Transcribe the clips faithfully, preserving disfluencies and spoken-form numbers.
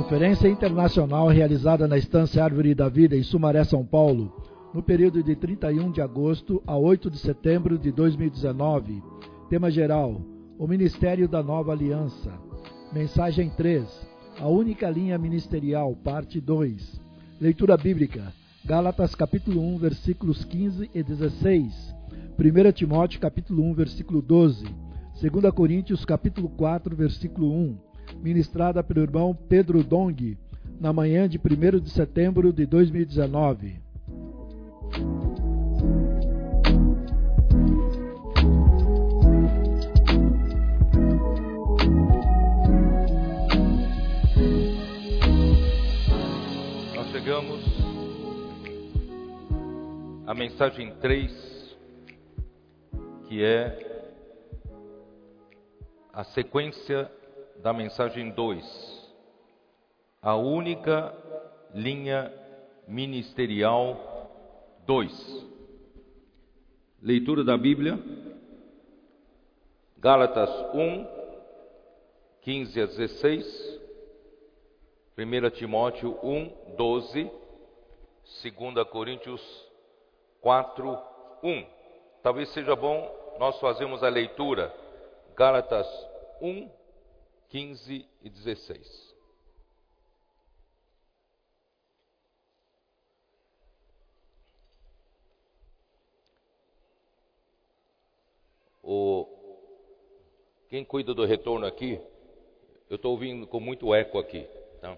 Conferência internacional realizada na Estância Árvore da Vida, em Sumaré, São Paulo, no período de trinta e um de agosto a oito de setembro de dois mil e dezenove. Tema geral: o Ministério da Nova Aliança. Mensagem três: a única linha ministerial, parte dois. Leitura bíblica: Gálatas capítulo um, versículos quinze e dezesseis. primeira Timóteo capítulo um, versículo doze. segunda Coríntios capítulo quatro, versículo um. Ministrada pelo irmão Pedro Dong, na manhã de primeiro de setembro de dois mil e dezenove. Nós chegamos à mensagem três, que é a sequência da mensagem dois, a única linha ministerial dois. Leitura da Bíblia, Gálatas um, quinze a dezesseis, primeira Timóteo um, doze, segunda Coríntios quatro, um. Talvez seja bom nós fazermos a leitura, Gálatas um, quinze e dezesseis. O... Quem cuida do retorno aqui, eu estou ouvindo com muito eco aqui. Tá?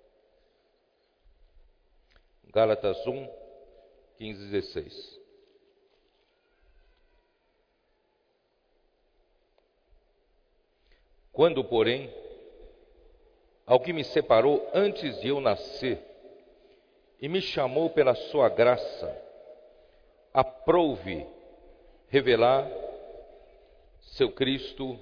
Gálatas um, quinze e dezesseis. Quando, porém, ao que me separou antes de eu nascer e me chamou pela sua graça, aprouve revelar seu Cristo,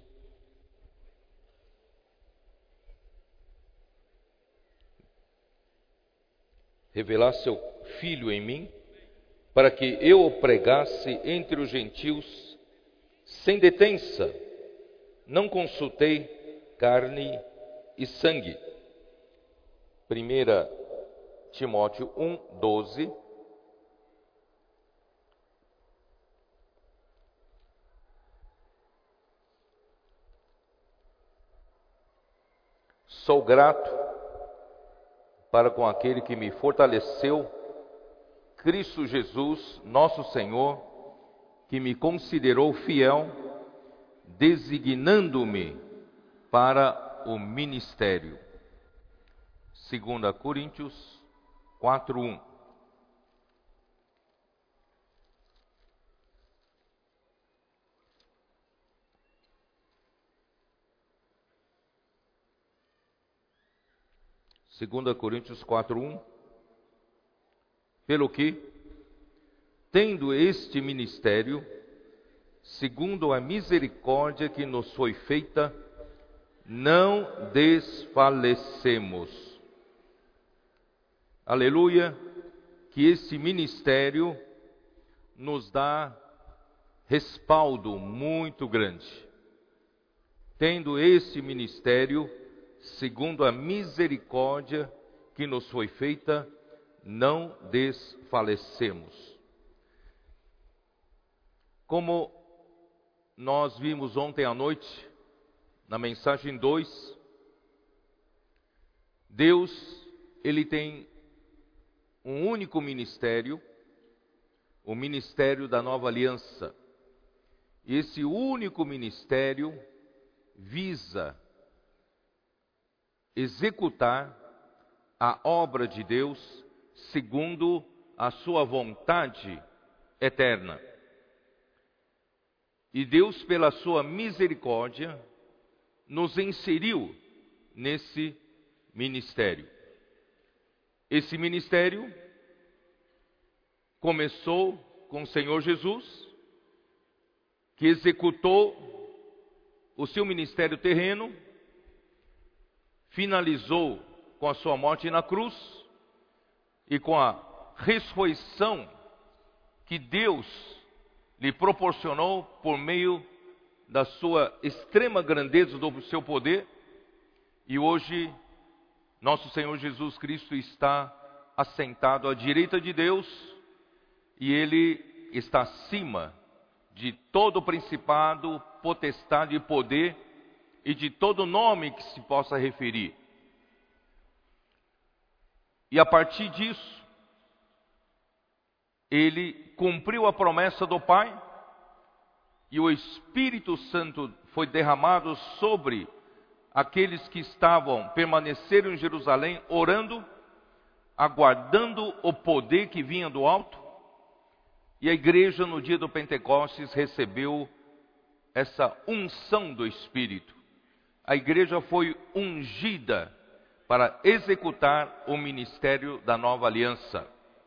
revelar seu Filho em mim, para que eu o pregasse entre os gentios sem detença. Não consultei carne e sangue. primeira Timóteo um, doze. Sou grato para com aquele que me fortaleceu, Cristo Jesus, nosso Senhor, que me considerou fiel, designando-me para o ministério. segunda Coríntios quatro, um. segunda Coríntios quatro, um. Pelo que, tendo este ministério, segundo a misericórdia que nos foi feita, não desfalecemos. Aleluia, que esse ministério nos dá respaldo muito grande. Tendo esse ministério, segundo a misericórdia que nos foi feita, não desfalecemos. Como nós vimos ontem à noite, na mensagem dois, Deus, Ele tem um único ministério, o ministério da Nova Aliança. E esse único ministério visa executar a obra de Deus segundo a sua vontade eterna. E Deus, pela sua misericórdia, nos inseriu nesse ministério. Esse ministério começou com o Senhor Jesus, que executou o seu ministério terreno, finalizou com a sua morte na cruz e com a ressurreição que Deus lhe proporcionou por meio da sua extrema grandeza do seu poder, e hoje Nosso Senhor Jesus Cristo está assentado à direita de Deus e Ele está acima de todo principado, potestade e poder e de todo nome que se possa referir. E a partir disso, Ele cumpriu a promessa do Pai e o Espírito Santo foi derramado sobre aqueles que estavam, permaneceram em Jerusalém, orando, aguardando o poder que vinha do alto. E a igreja, no dia do Pentecostes, recebeu essa unção do Espírito. A igreja foi ungida para executar o ministério da nova aliança.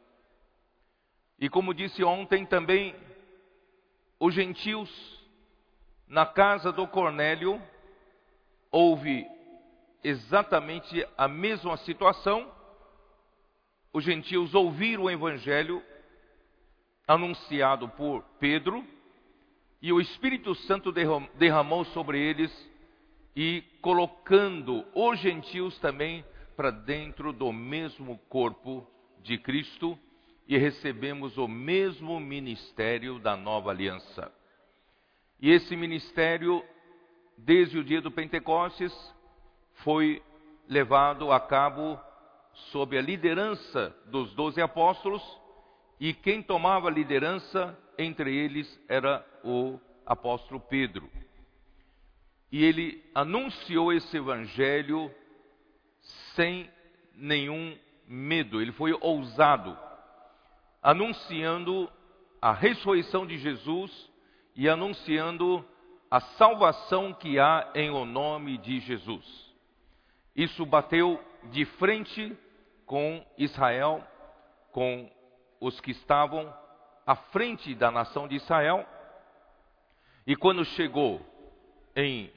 E como disse ontem também, os gentios, na casa do Cornélio, houve exatamente a mesma situação. Os gentios ouviram o evangelho anunciado por Pedro, e o Espírito Santo derramou sobre eles, e colocando os gentios também para dentro do mesmo corpo de Cristo, e recebemos o mesmo ministério da nova aliança. E esse ministério, desde o dia do Pentecostes, foi levado a cabo sob a liderança dos doze apóstolos, e quem tomava a liderança entre eles era o apóstolo Pedro. E ele anunciou esse evangelho sem nenhum medo, ele foi ousado, anunciando a ressurreição de Jesus e anunciando a salvação que há em o nome de Jesus. Isso bateu de frente com Israel, com os que estavam à frente da nação de Israel. E quando chegou em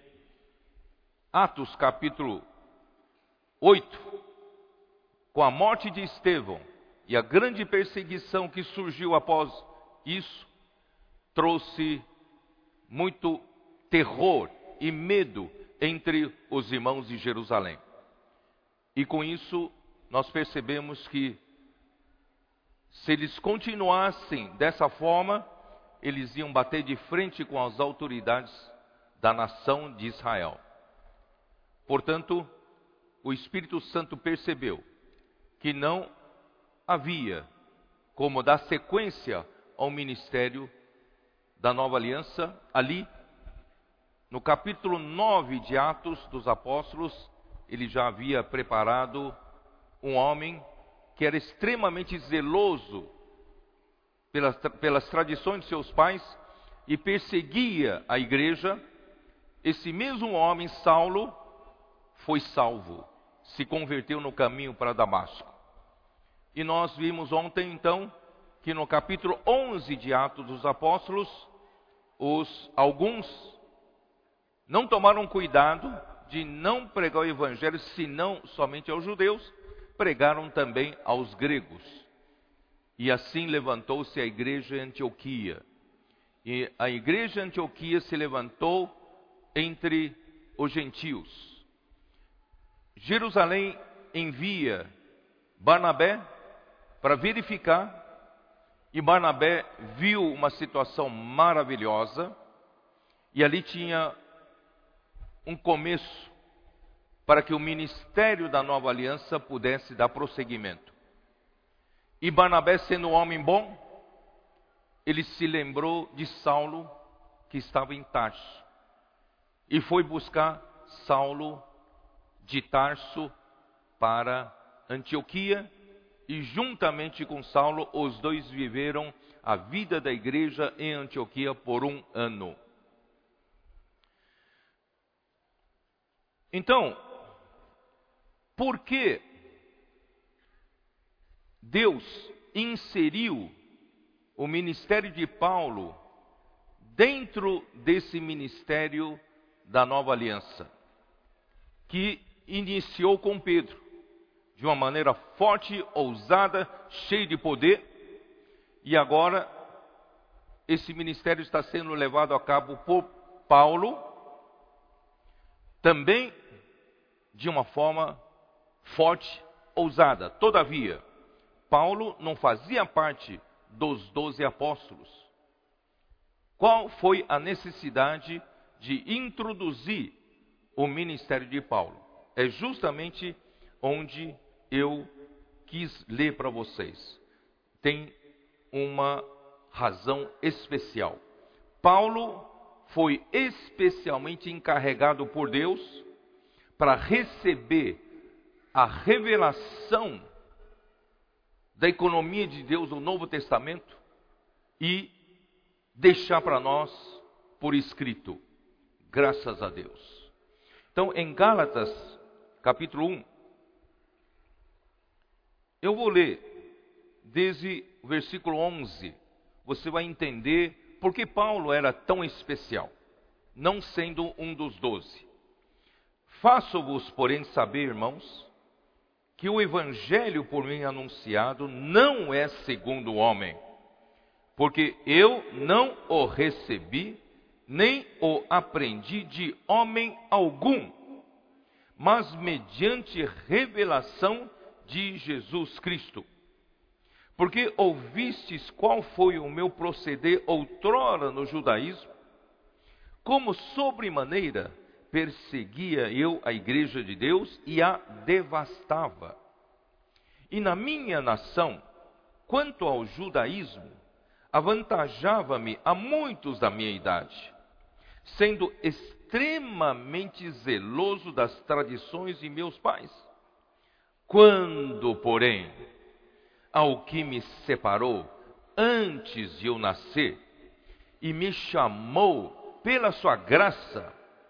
Atos capítulo oito, com a morte de Estevão e a grande perseguição que surgiu após isso, trouxe muito terror e medo entre os irmãos de Jerusalém. E com isso nós percebemos que se eles continuassem dessa forma, eles iam bater de frente com as autoridades da nação de Israel. Portanto, o Espírito Santo percebeu que não havia como dar sequência ao ministério da nova aliança. Ali, no capítulo nove de Atos dos Apóstolos, ele já havia preparado um homem que era extremamente zeloso pelas, pelas tradições de seus pais e perseguia a igreja. Esse mesmo homem, Saulo, foi salvo, se converteu no caminho para Damasco. E nós vimos ontem, então, que no capítulo onze de Atos dos Apóstolos, os, alguns não tomaram cuidado de não pregar o evangelho, senão somente aos judeus, pregaram também aos gregos. E assim levantou-se a igreja em Antioquia. E a igreja em Antioquia se levantou entre os gentios. Jerusalém envia Barnabé para verificar, e Barnabé viu uma situação maravilhosa, e ali tinha um começo para que o ministério da nova aliança pudesse dar prosseguimento. E Barnabé, sendo um homem bom, ele se lembrou de Saulo, que estava em Tarso, e foi buscar Saulo de Tarso para Antioquia, e juntamente com Saulo, os dois viveram a vida da igreja em Antioquia por um ano. Então, por que Deus inseriu o ministério de Paulo dentro desse ministério da nova aliança, que iniciou com Pedro, de uma maneira forte, ousada, cheia de poder, e agora esse ministério está sendo levado a cabo por Paulo, também de uma forma forte, ousada. Todavia, Paulo não fazia parte dos doze apóstolos. Qual foi a necessidade de introduzir o ministério de Paulo? É justamente onde eu quis ler para vocês. Tem uma razão especial. Paulo foi especialmente encarregado por Deus para receber a revelação da economia de Deus no Novo Testamento e deixar para nós por escrito. Graças a Deus. Então, em Gálatas, capítulo um, eu vou ler desde o versículo onze. Você vai entender por que Paulo era tão especial, não sendo um dos doze. Faço-vos, porém, saber, irmãos, que o evangelho por mim anunciado não é segundo o homem, porque eu não o recebi, nem o aprendi de homem algum, mas mediante revelação de Jesus Cristo. Porque ouvistes qual foi o meu proceder outrora no judaísmo, como sobremaneira perseguia eu a igreja de Deus e a devastava. E na minha nação, quanto ao judaísmo, avantajava-me a muitos da minha idade, sendo extremamente zeloso das tradições de meus pais. Quando, porém, ao que me separou antes de eu nascer e me chamou pela sua graça,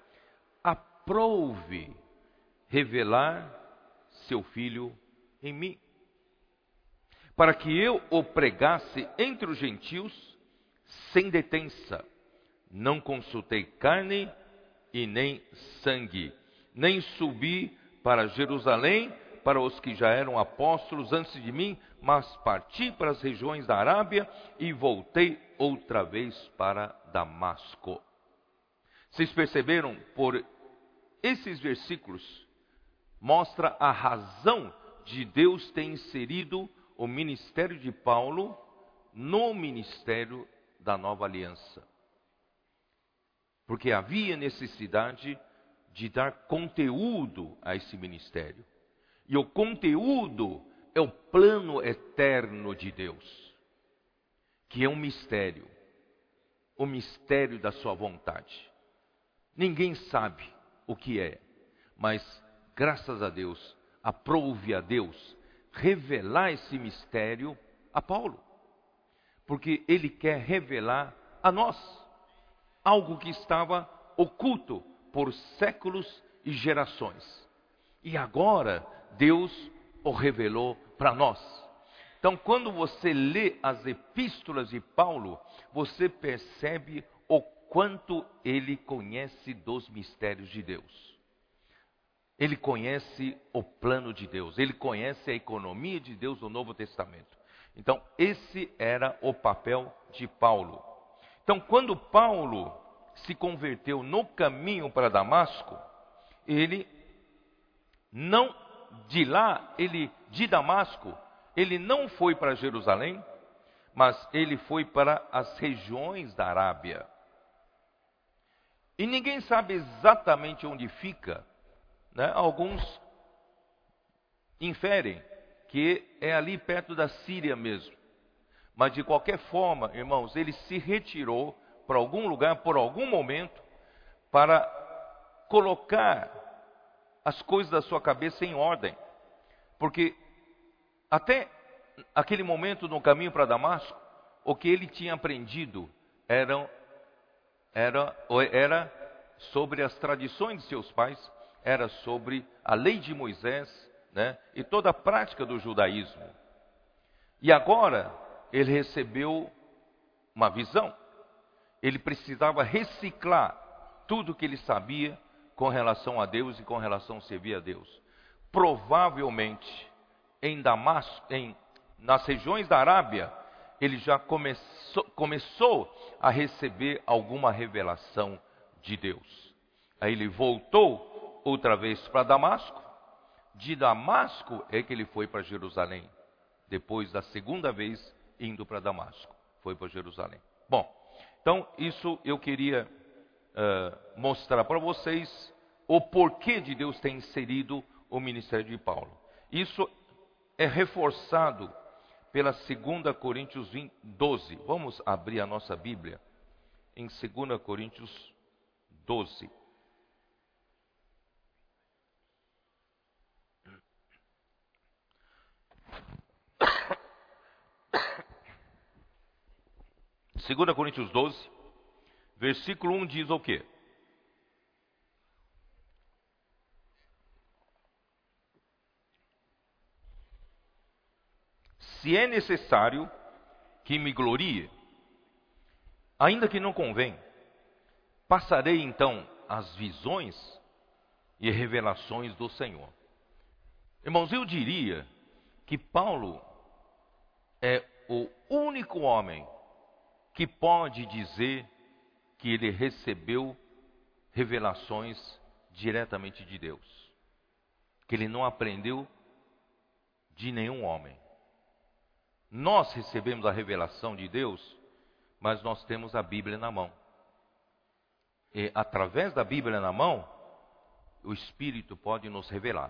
aprouve revelar seu Filho em mim, para que eu o pregasse entre os gentios sem detença. Não consultei carne e nem sangue, nem subi para Jerusalém para os que já eram apóstolos antes de mim, mas parti para as regiões da Arábia e voltei outra vez para Damasco. Vocês perceberam? Por esses versículos, mostra a razão de Deus ter inserido o ministério de Paulo no ministério da Nova Aliança. Porque havia necessidade de dar conteúdo a esse ministério. E o conteúdo é o plano eterno de Deus, que é um mistério, o mistério da sua vontade. Ninguém sabe o que é, mas graças a Deus, aprove a Deus revelar esse mistério a Paulo, porque ele quer revelar a nós algo que estava oculto por séculos e gerações. E agora Deus o revelou para nós. Então, quando você lê as epístolas de Paulo, você percebe o quanto ele conhece dos mistérios de Deus. Ele conhece o plano de Deus, ele conhece a economia de Deus no Novo Testamento. Então, esse era o papel de Paulo. Então, quando Paulo se converteu no caminho para Damasco, ele não, de lá, ele, de Damasco, ele não foi para Jerusalém, mas ele foi para as regiões da Arábia. E ninguém sabe exatamente onde fica, né? Alguns inferem que é ali perto da Síria mesmo. Mas de qualquer forma, irmãos, ele se retirou para algum lugar, por algum momento, para colocar as coisas da sua cabeça em ordem. Porque até aquele momento no caminho para Damasco, o que ele tinha aprendido era, era, era sobre as tradições de seus pais, era sobre a lei de Moisés, né, e toda a prática do judaísmo. E agora ele recebeu uma visão. Ele precisava reciclar tudo que ele sabia com relação a Deus e com relação a servir a Deus. Provavelmente, em Damasco, em, nas regiões da Arábia, ele já começou, começou a receber alguma revelação de Deus. Aí ele voltou outra vez para Damasco, de Damasco é que ele foi para Jerusalém. Depois da segunda vez indo para Damasco. Foi para Jerusalém. Bom, então isso eu queria uh, mostrar para vocês o porquê de Deus ter inserido o ministério de Paulo. Isso é reforçado pela segunda Coríntios doze. Vamos abrir a nossa Bíblia em segunda Coríntios doze. segunda Coríntios doze, versículo um diz o quê? Se é necessário que me glorie, ainda que não convém, passarei então as visões e revelações do Senhor. Irmãos, eu diria que Paulo é o único homem que pode dizer que ele recebeu revelações diretamente de Deus. Que ele não aprendeu de nenhum homem. Nós recebemos a revelação de Deus, mas nós temos a Bíblia na mão. E através da Bíblia na mão, o Espírito pode nos revelar.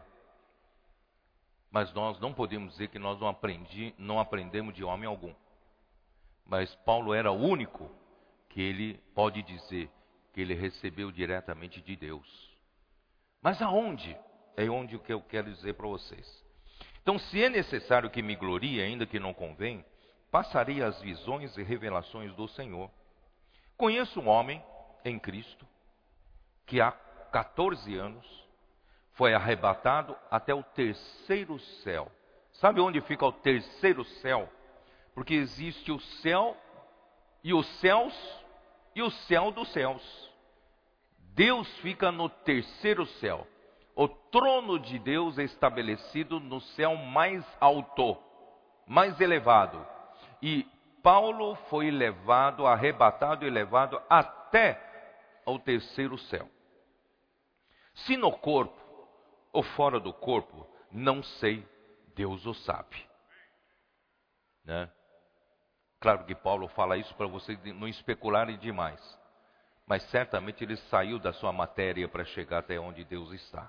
Mas nós não podemos dizer que nós não, aprendi, não aprendemos de homem algum. Mas Paulo era o único que ele pode dizer que ele recebeu diretamente de Deus. Mas aonde? É onde que eu quero dizer para vocês. Então, se é necessário que me glorie, ainda que não convém, passarei as visões e revelações do Senhor. Conheço um homem em Cristo que há quatorze anos foi arrebatado até o terceiro céu. Sabe onde fica o terceiro céu? Porque existe o céu e os céus e o céu dos céus. Deus fica no terceiro céu. O trono de Deus é estabelecido no céu mais alto, mais elevado. E Paulo foi levado, arrebatado e levado até ao terceiro céu. Se no corpo ou fora do corpo, não sei, Deus o sabe. Né? Claro que Paulo fala isso para vocês não especularem demais. Mas certamente ele saiu da sua matéria para chegar até onde Deus está.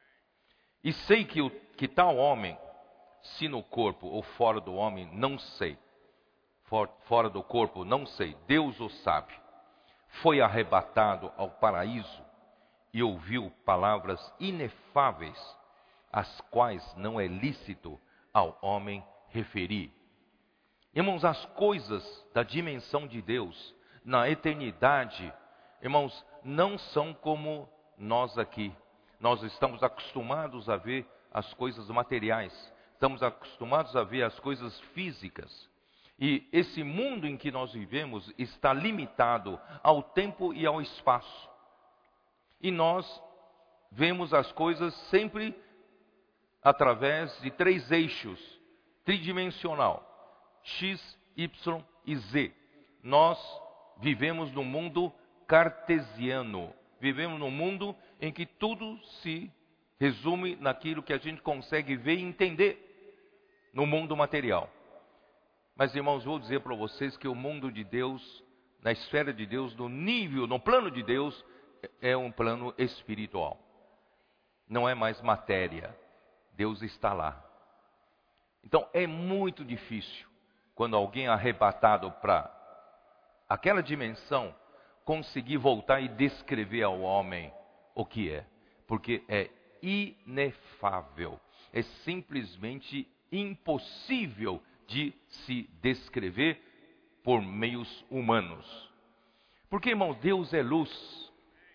E sei que, o, que tal homem, se no corpo ou fora do homem, não sei. For, fora do corpo, não sei. Deus o sabe. Foi arrebatado ao paraíso e ouviu palavras inefáveis, as quais não é lícito ao homem referir. Irmãos, as coisas da dimensão de Deus, na eternidade, irmãos, não são como nós aqui. Nós estamos acostumados a ver as coisas materiais, estamos acostumados a ver as coisas físicas. E esse mundo em que nós vivemos está limitado ao tempo e ao espaço. E nós vemos as coisas sempre através de três eixos, tridimensional, X, Y e Z. Nós vivemos num mundo cartesiano. Vivemos num mundo em que tudo se resume naquilo que a gente consegue ver e entender no mundo material. Mas, irmãos, vou dizer para vocês que o mundo de Deus, na esfera de Deus, no nível, no plano de Deus, é um plano espiritual. Não é mais matéria. Deus está lá. Então, é muito difícil quando alguém é arrebatado para aquela dimensão, conseguir voltar e descrever ao homem o que é. Porque é inefável. É simplesmente impossível de se descrever por meios humanos. Porque, irmãos, Deus é luz.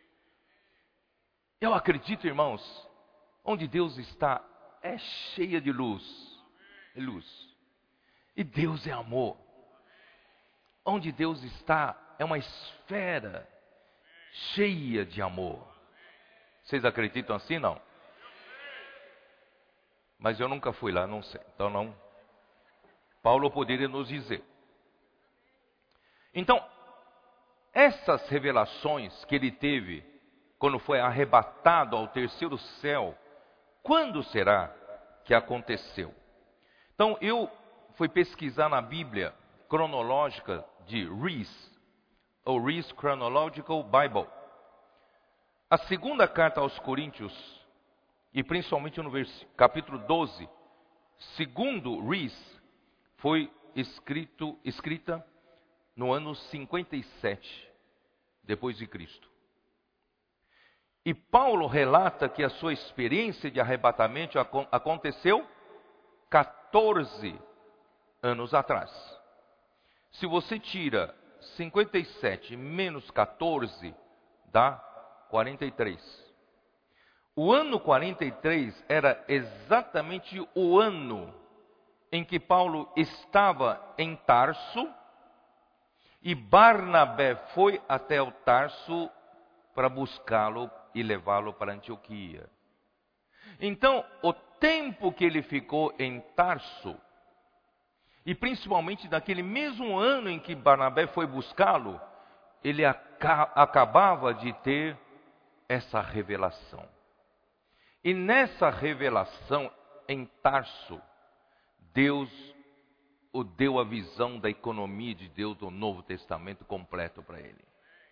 Eu acredito, irmãos, onde Deus está é cheia de luz. É luz. E Deus é amor. Onde Deus está é uma esfera cheia de amor. Vocês acreditam assim, não? Mas eu nunca fui lá, não sei. Então não. Paulo poderia nos dizer. Então, essas revelações que ele teve quando foi arrebatado ao terceiro céu, Quando será que aconteceu? Então, eu fui pesquisar na Bíblia cronológica de Rees, ou Rees Chronological Bible. A segunda carta aos Coríntios, e principalmente no capítulo doze, segundo Rees, foi escrito, escrita no ano cinquenta e sete, depois de Cristo. E Paulo relata que a sua experiência de arrebatamento aconteceu quatorze anos atrás. Se você tira cinquenta e sete menos quatorze, dá quarenta e três. O ano quarenta e três era exatamente o ano em que Paulo estava em Tarso e Barnabé foi até o Tarso para buscá-lo e levá-lo para Antioquia. Então, o tempo que ele ficou em Tarso, e principalmente naquele mesmo ano em que Barnabé foi buscá-lo, ele aca- acabava de ter essa revelação. E nessa revelação em Tarso, Deus o deu a visão da economia de Deus do Novo Testamento completo para ele.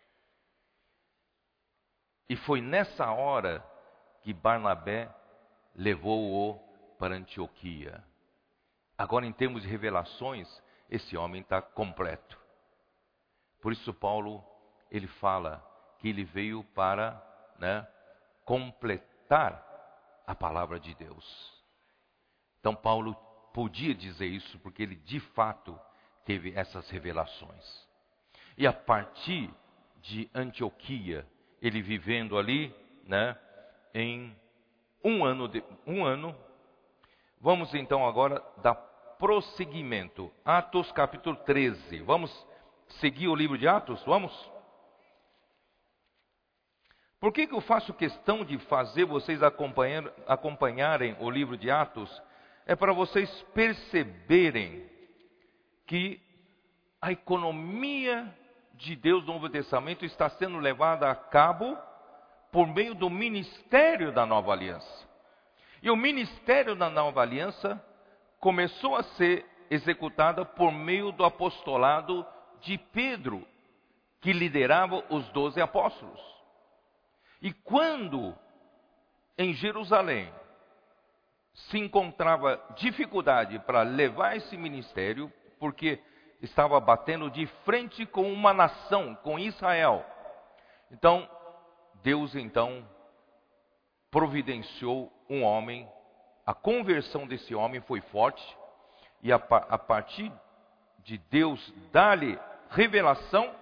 E foi nessa hora que Barnabé levou-o para Antioquia. Agora, em termos de revelações, esse homem está completo. Por isso Paulo, ele fala que ele veio para, né, completar a palavra de Deus. Então Paulo podia dizer isso porque ele de fato teve essas revelações. E a partir de Antioquia, ele vivendo ali, né, em um ano, de, um ano, vamos então agora dar prosseguimento. Atos capítulo treze. Vamos seguir o livro de Atos? Vamos? Por que que eu faço questão de fazer vocês acompanhar, acompanharem o livro de Atos? É para vocês perceberem que a economia de Deus no Novo Testamento está sendo levada a cabo por meio do ministério da Nova Aliança. E o ministério da Nova Aliança começou a ser executada por meio do apostolado de Pedro, que liderava os doze apóstolos. E quando em Jerusalém se encontrava dificuldade para levar esse ministério, porque estava batendo de frente com uma nação, com Israel. Então, Deus então providenciou um homem, a conversão desse homem foi forte, e a, a partir de Deus dar-lhe revelação,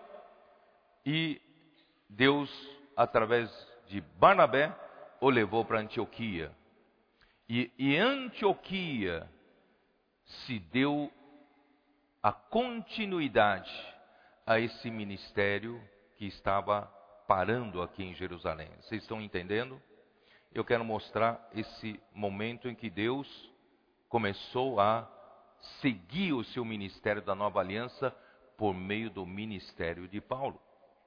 e Deus, através de Barnabé, o levou para Antioquia. E, e Antioquia se deu a continuidade a esse ministério que estava parando aqui em Jerusalém. Vocês estão entendendo? Eu quero mostrar esse momento em que Deus começou a seguir o seu ministério da Nova Aliança por meio do ministério de Paulo.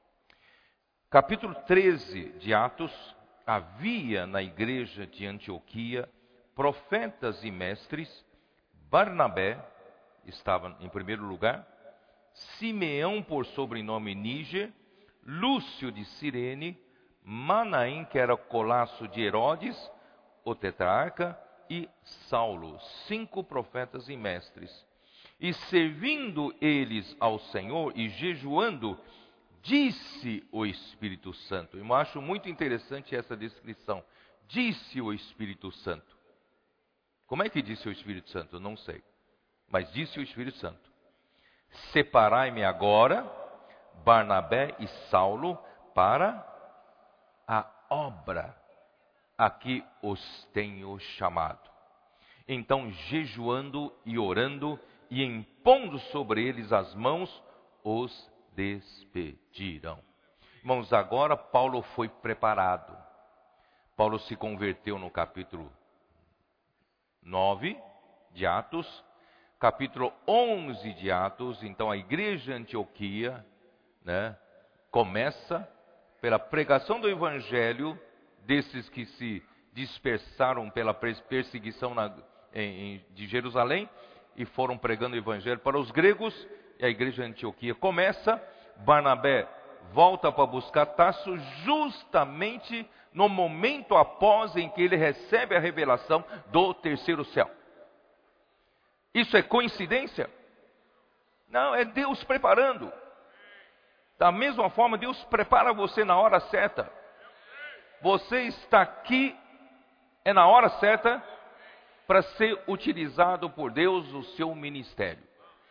Capítulo treze de Atos, havia na igreja de Antioquia profetas e mestres. Barnabé estava em primeiro lugar, Simeão por sobrenome Níger, Lúcio de Cirene, Manaém, que era colasso de Herodes, o tetrarca, e Saulo, cinco profetas e mestres. E servindo eles ao Senhor e jejuando, disse o Espírito Santo. Eu acho muito interessante essa descrição. Disse o Espírito Santo. Como é que disse o Espírito Santo? Eu não sei. Mas disse o Espírito Santo: separai-me agora, Barnabé e Saulo, para a obra a que os tenho chamado. Então, jejuando e orando e impondo sobre eles as mãos, os despediram. Irmãos, agora Paulo foi preparado. Paulo se converteu no capítulo nove de Atos, capítulo onze de Atos. Então a igreja de Antioquia, né, começa pela pregação do evangelho desses que se dispersaram pela perseguição na, em, em, de Jerusalém e foram pregando o evangelho para os gregos. E a igreja de Antioquia começa. Barnabé volta para buscar Tarso justamente no momento após em que ele recebe a revelação do terceiro céu. Isso é coincidência? Não, é Deus preparando. Da mesma forma, Deus prepara você na hora certa. Você está aqui, é na hora certa, para ser utilizado por Deus no seu ministério.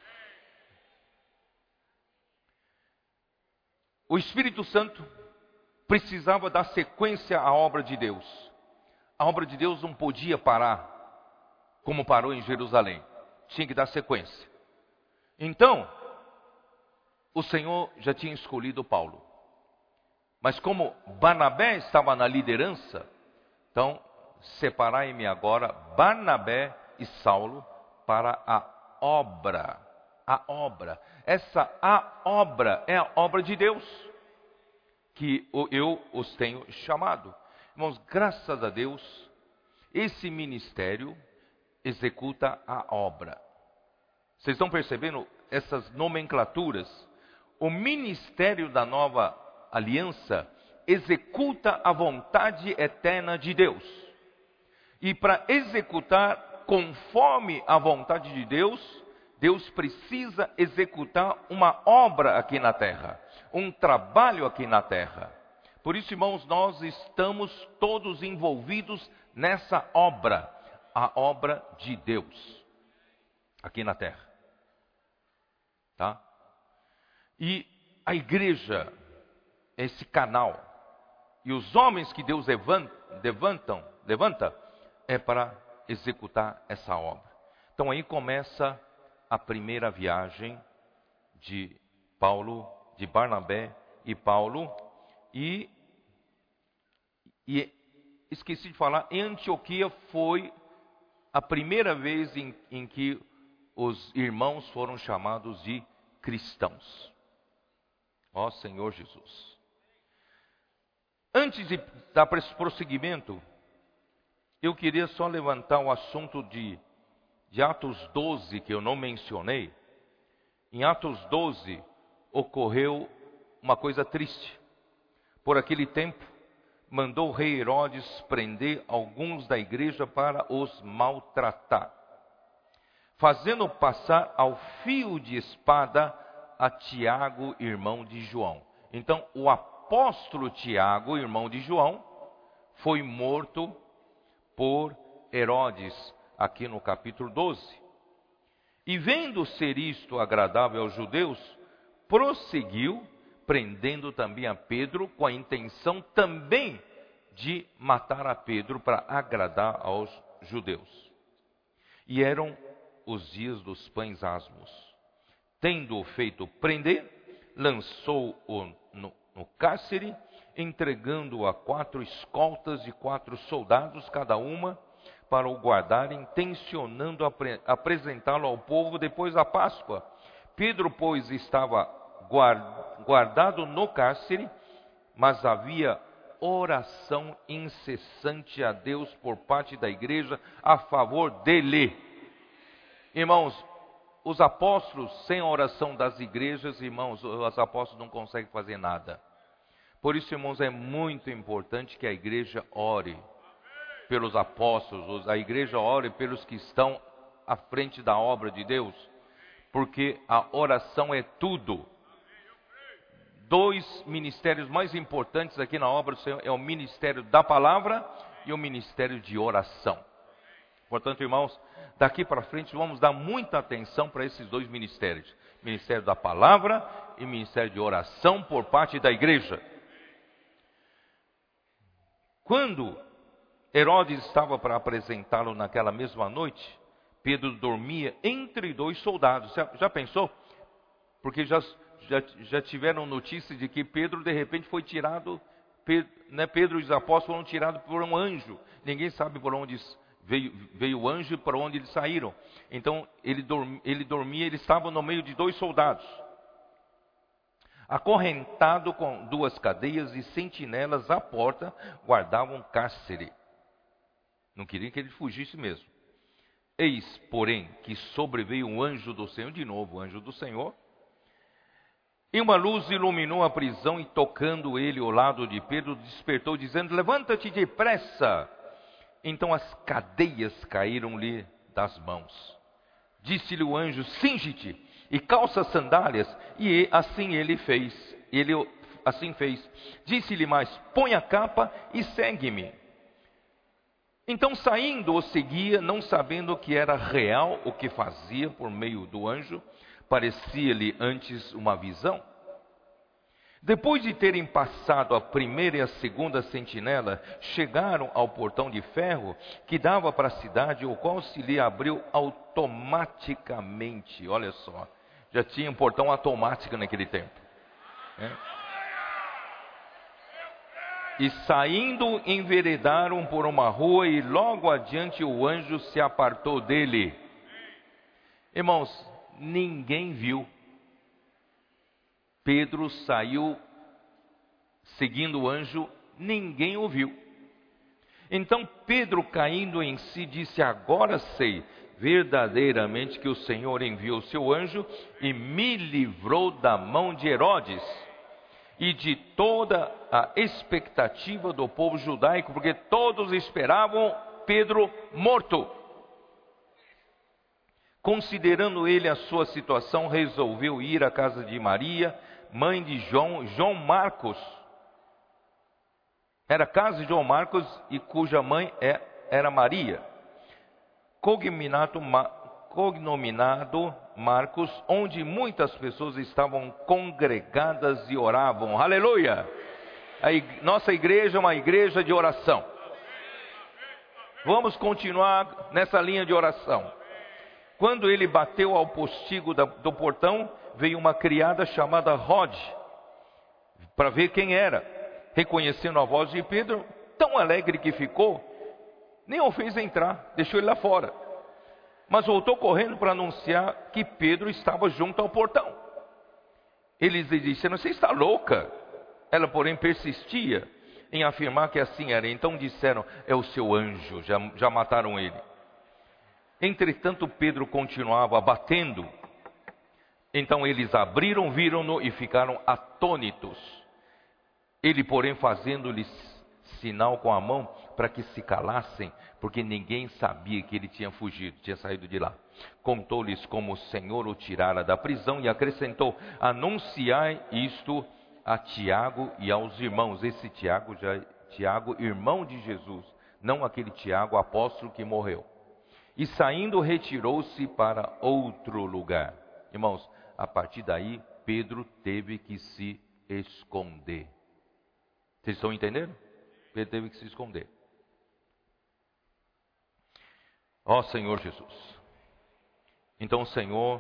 O Espírito Santo precisava dar sequência à obra de Deus. A obra de Deus não podia parar, como parou em Jerusalém. Tinha que dar sequência. Então, o Senhor já tinha escolhido Paulo. Mas como Barnabé estava na liderança, então, separai-me agora Barnabé e Saulo para a obra. A obra. Essa a obra é a obra de Deus, que eu os tenho chamado. Irmãos, graças a Deus, esse ministério executa a obra. Vocês estão percebendo essas nomenclaturas? O ministério da nova aliança executa a vontade eterna de Deus. E para executar conforme a vontade de Deus, Deus precisa executar uma obra aqui na terra, um trabalho aqui na terra. Por isso, irmãos, nós estamos todos envolvidos nessa obra, a obra de Deus, aqui na terra. Tá? E a igreja é esse canal. E os homens que Deus levantam, levanta, é para executar essa obra. Então aí começa a primeira viagem de Paulo, de Barnabé e Paulo. E, e esqueci de falar, em Antioquia foi a primeira vez em, em que os irmãos foram chamados de cristãos. Ó Senhor Jesus. Antes de dar prosseguimento, eu queria só levantar o assunto de, de Atos doze, que eu não mencionei. Em Atos doze, ocorreu uma coisa triste. Por aquele tempo, mandou o rei Herodes prender alguns da igreja para os maltratar, fazendo passar ao fio de espada a Tiago, irmão de João. Então, o apóstolo Tiago, irmão de João, foi morto por Herodes, aqui no capítulo doze. E vendo ser isto agradável aos judeus, prosseguiu, prendendo também a Pedro, com a intenção também de matar a Pedro para agradar aos judeus. E eram os dias dos pães asmos. Tendo-o feito prender, lançou-o no, no cárcere, entregando-o a quatro escoltas de quatro soldados, cada uma, para o guardarem, tencionando apre, apresentá-lo ao povo depois da Páscoa. Pedro, pois, estava guardado no cárcere, mas havia oração incessante a Deus por parte da igreja a favor dele. Irmãos, os apóstolos, sem a oração das igrejas, irmãos, os apóstolos não conseguem fazer nada. Por isso, irmãos, é muito importante que a igreja ore pelos apóstolos, a igreja ore pelos que estão à frente da obra de Deus, porque a oração é tudo. Dois ministérios mais importantes aqui na obra do Senhor é o ministério da palavra e o ministério de oração. Portanto, irmãos, daqui para frente vamos dar muita atenção para esses dois ministérios. Ministério da palavra e ministério de oração por parte da igreja. Quando Herodes estava para apresentá-lo naquela mesma noite, Pedro dormia entre dois soldados. Já, já pensou? Porque já, já, já tiveram notícia de que Pedro de repente foi tirado, Pedro, né, Pedro e os apóstolos foram tirados por um anjo. Ninguém sabe por onde veio, veio o anjo e por onde eles saíram. Então ele, dorm, ele dormia, ele estava no meio de dois soldados, acorrentado com duas cadeias, e sentinelas à porta guardavam cárcere. Não queria que ele fugisse mesmo. Eis, porém, que sobreveio um anjo do Senhor, de novo, o anjo do Senhor, e uma luz iluminou a prisão, e tocando ele ao lado de Pedro, despertou, dizendo: levanta-te depressa. Então as cadeias caíram-lhe das mãos. Disse-lhe o anjo: cinge-te e calça as sandálias. E assim ele fez. Ele assim fez. Disse-lhe mais: põe a capa e segue-me. Então, saindo, o seguia, não sabendo que era real o que fazia por meio do anjo. Parecia-lhe antes uma visão. Depois de terem passado a primeira e a segunda sentinela, chegaram ao portão de ferro que dava para a cidade, o qual se lhe abriu automaticamente. Olha só, já tinha um portão automático naquele tempo. É. E saindo, enveredaram por uma rua, e logo adiante o anjo se apartou dele. Irmãos, ninguém viu. Pedro saiu seguindo o anjo, ninguém o viu. Então Pedro, caindo em si, disse: agora sei verdadeiramente que o Senhor enviou o seu anjo e me livrou da mão de Herodes e de toda a expectativa do povo judaico, porque todos esperavam Pedro morto. Considerando ele a sua situação, resolveu ir à casa de Maria, mãe de João, João Marcos. Era a casa de João Marcos, e cuja mãe é, era Maria. Cognominado, cognominado Marcos, onde muitas pessoas estavam congregadas e oravam. Aleluia! A ig- nossa igreja é uma igreja de oração. Vamos continuar nessa linha de oração. Quando ele bateu ao postigo da, do portão, veio uma criada chamada Rode, para ver quem era. Reconhecendo a voz de Pedro, tão alegre que ficou, nem o fez entrar, deixou ele lá fora. Mas voltou correndo para anunciar que Pedro estava junto ao portão. Eles lhe disseram: você está louca? Ela, porém, persistia em afirmar que assim era. Então disseram: é o seu anjo, já, já mataram ele. Entretanto, Pedro continuava batendo. Então eles abriram, viram-no e ficaram atônitos. Ele, porém, fazendo-lhes sinal com a mão para que se calassem, porque ninguém sabia que ele tinha fugido, tinha saído de lá. Contou-lhes como o Senhor o tirara da prisão e acrescentou: anunciai isto a Tiago e aos irmãos. Esse Tiago, já, Tiago, irmão de Jesus, não aquele Tiago, apóstolo que morreu. E saindo, retirou-se para outro lugar. Irmãos, a partir daí, Pedro teve que se esconder. Vocês estão entendendo? Pedro teve que se esconder. Ó Senhor Jesus. Então o Senhor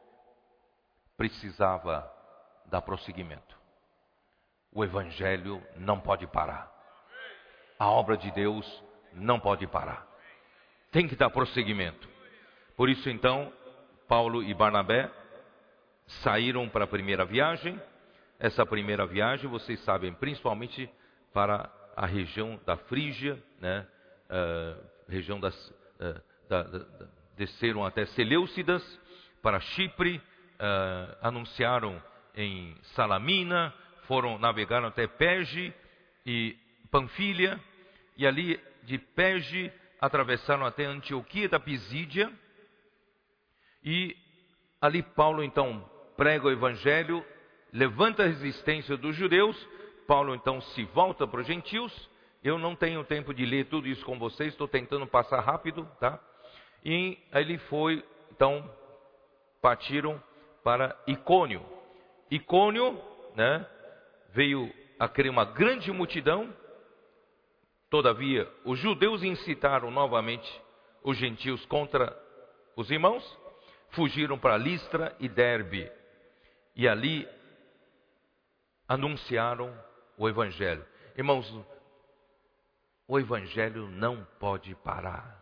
precisava dar prosseguimento. O Evangelho não pode parar. A obra de Deus não pode parar. Tem que dar prosseguimento. Por isso então, Paulo e Barnabé saíram para a primeira viagem. Essa primeira viagem, vocês sabem, principalmente para a região da Frígia, né? uh, região das, uh, da, da, da, desceram até Seleucidas, para Chipre, uh, anunciaram em Salamina, foram, navegaram até Perge e Panfilha, e ali de Perge atravessaram até Antioquia da Pisídia, e ali Paulo então prega o Evangelho, levanta a resistência dos judeus. Paulo então se volta para os gentios. Eu não tenho tempo de ler tudo isso com vocês, estou tentando passar rápido, tá? E aí ele foi, então, partiram para Icônio. Icônio, né, veio a crer uma grande multidão. Todavia, os judeus incitaram novamente os gentios contra os irmãos, fugiram para Listra e Derbe, e ali anunciaram o Evangelho. Irmãos, o Evangelho não pode parar.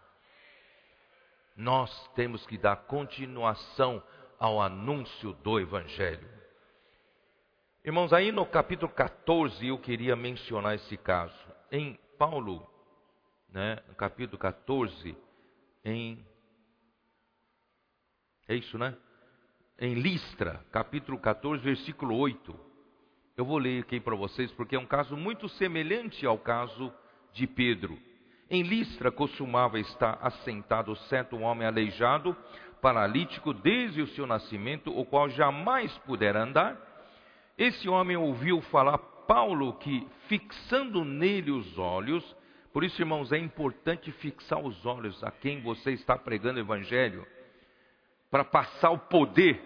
Nós temos que dar continuação ao anúncio do Evangelho. Irmãos, aí no capítulo quatorze eu queria mencionar esse caso. Em Paulo, né, no capítulo quatorze, em... É isso, né? Em Listra, capítulo quatorze, versículo oito. Eu vou ler aqui para vocês, porque é um caso muito semelhante ao caso de Pedro. Em Listra costumava estar assentado certo homem aleijado, paralítico desde o seu nascimento, o qual jamais pudera andar. Esse homem ouviu falar Paulo que, fixando nele os olhos, por isso, irmãos, é importante fixar os olhos a quem você está pregando o evangelho, para passar o poder.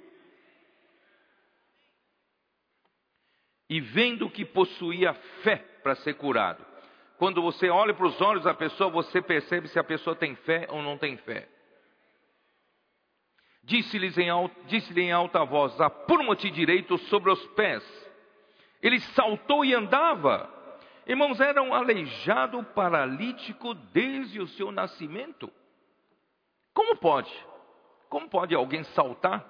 E vendo que possuía fé para ser curado. Quando você olha para os olhos da pessoa, você percebe se a pessoa tem fé ou não tem fé. Disse-lhes em, alta, disse-lhe em alta voz: apruma-te direito sobre os pés. Ele saltou e andava. Irmãos, era um aleijado paralítico desde o seu nascimento. Como pode? Como pode alguém saltar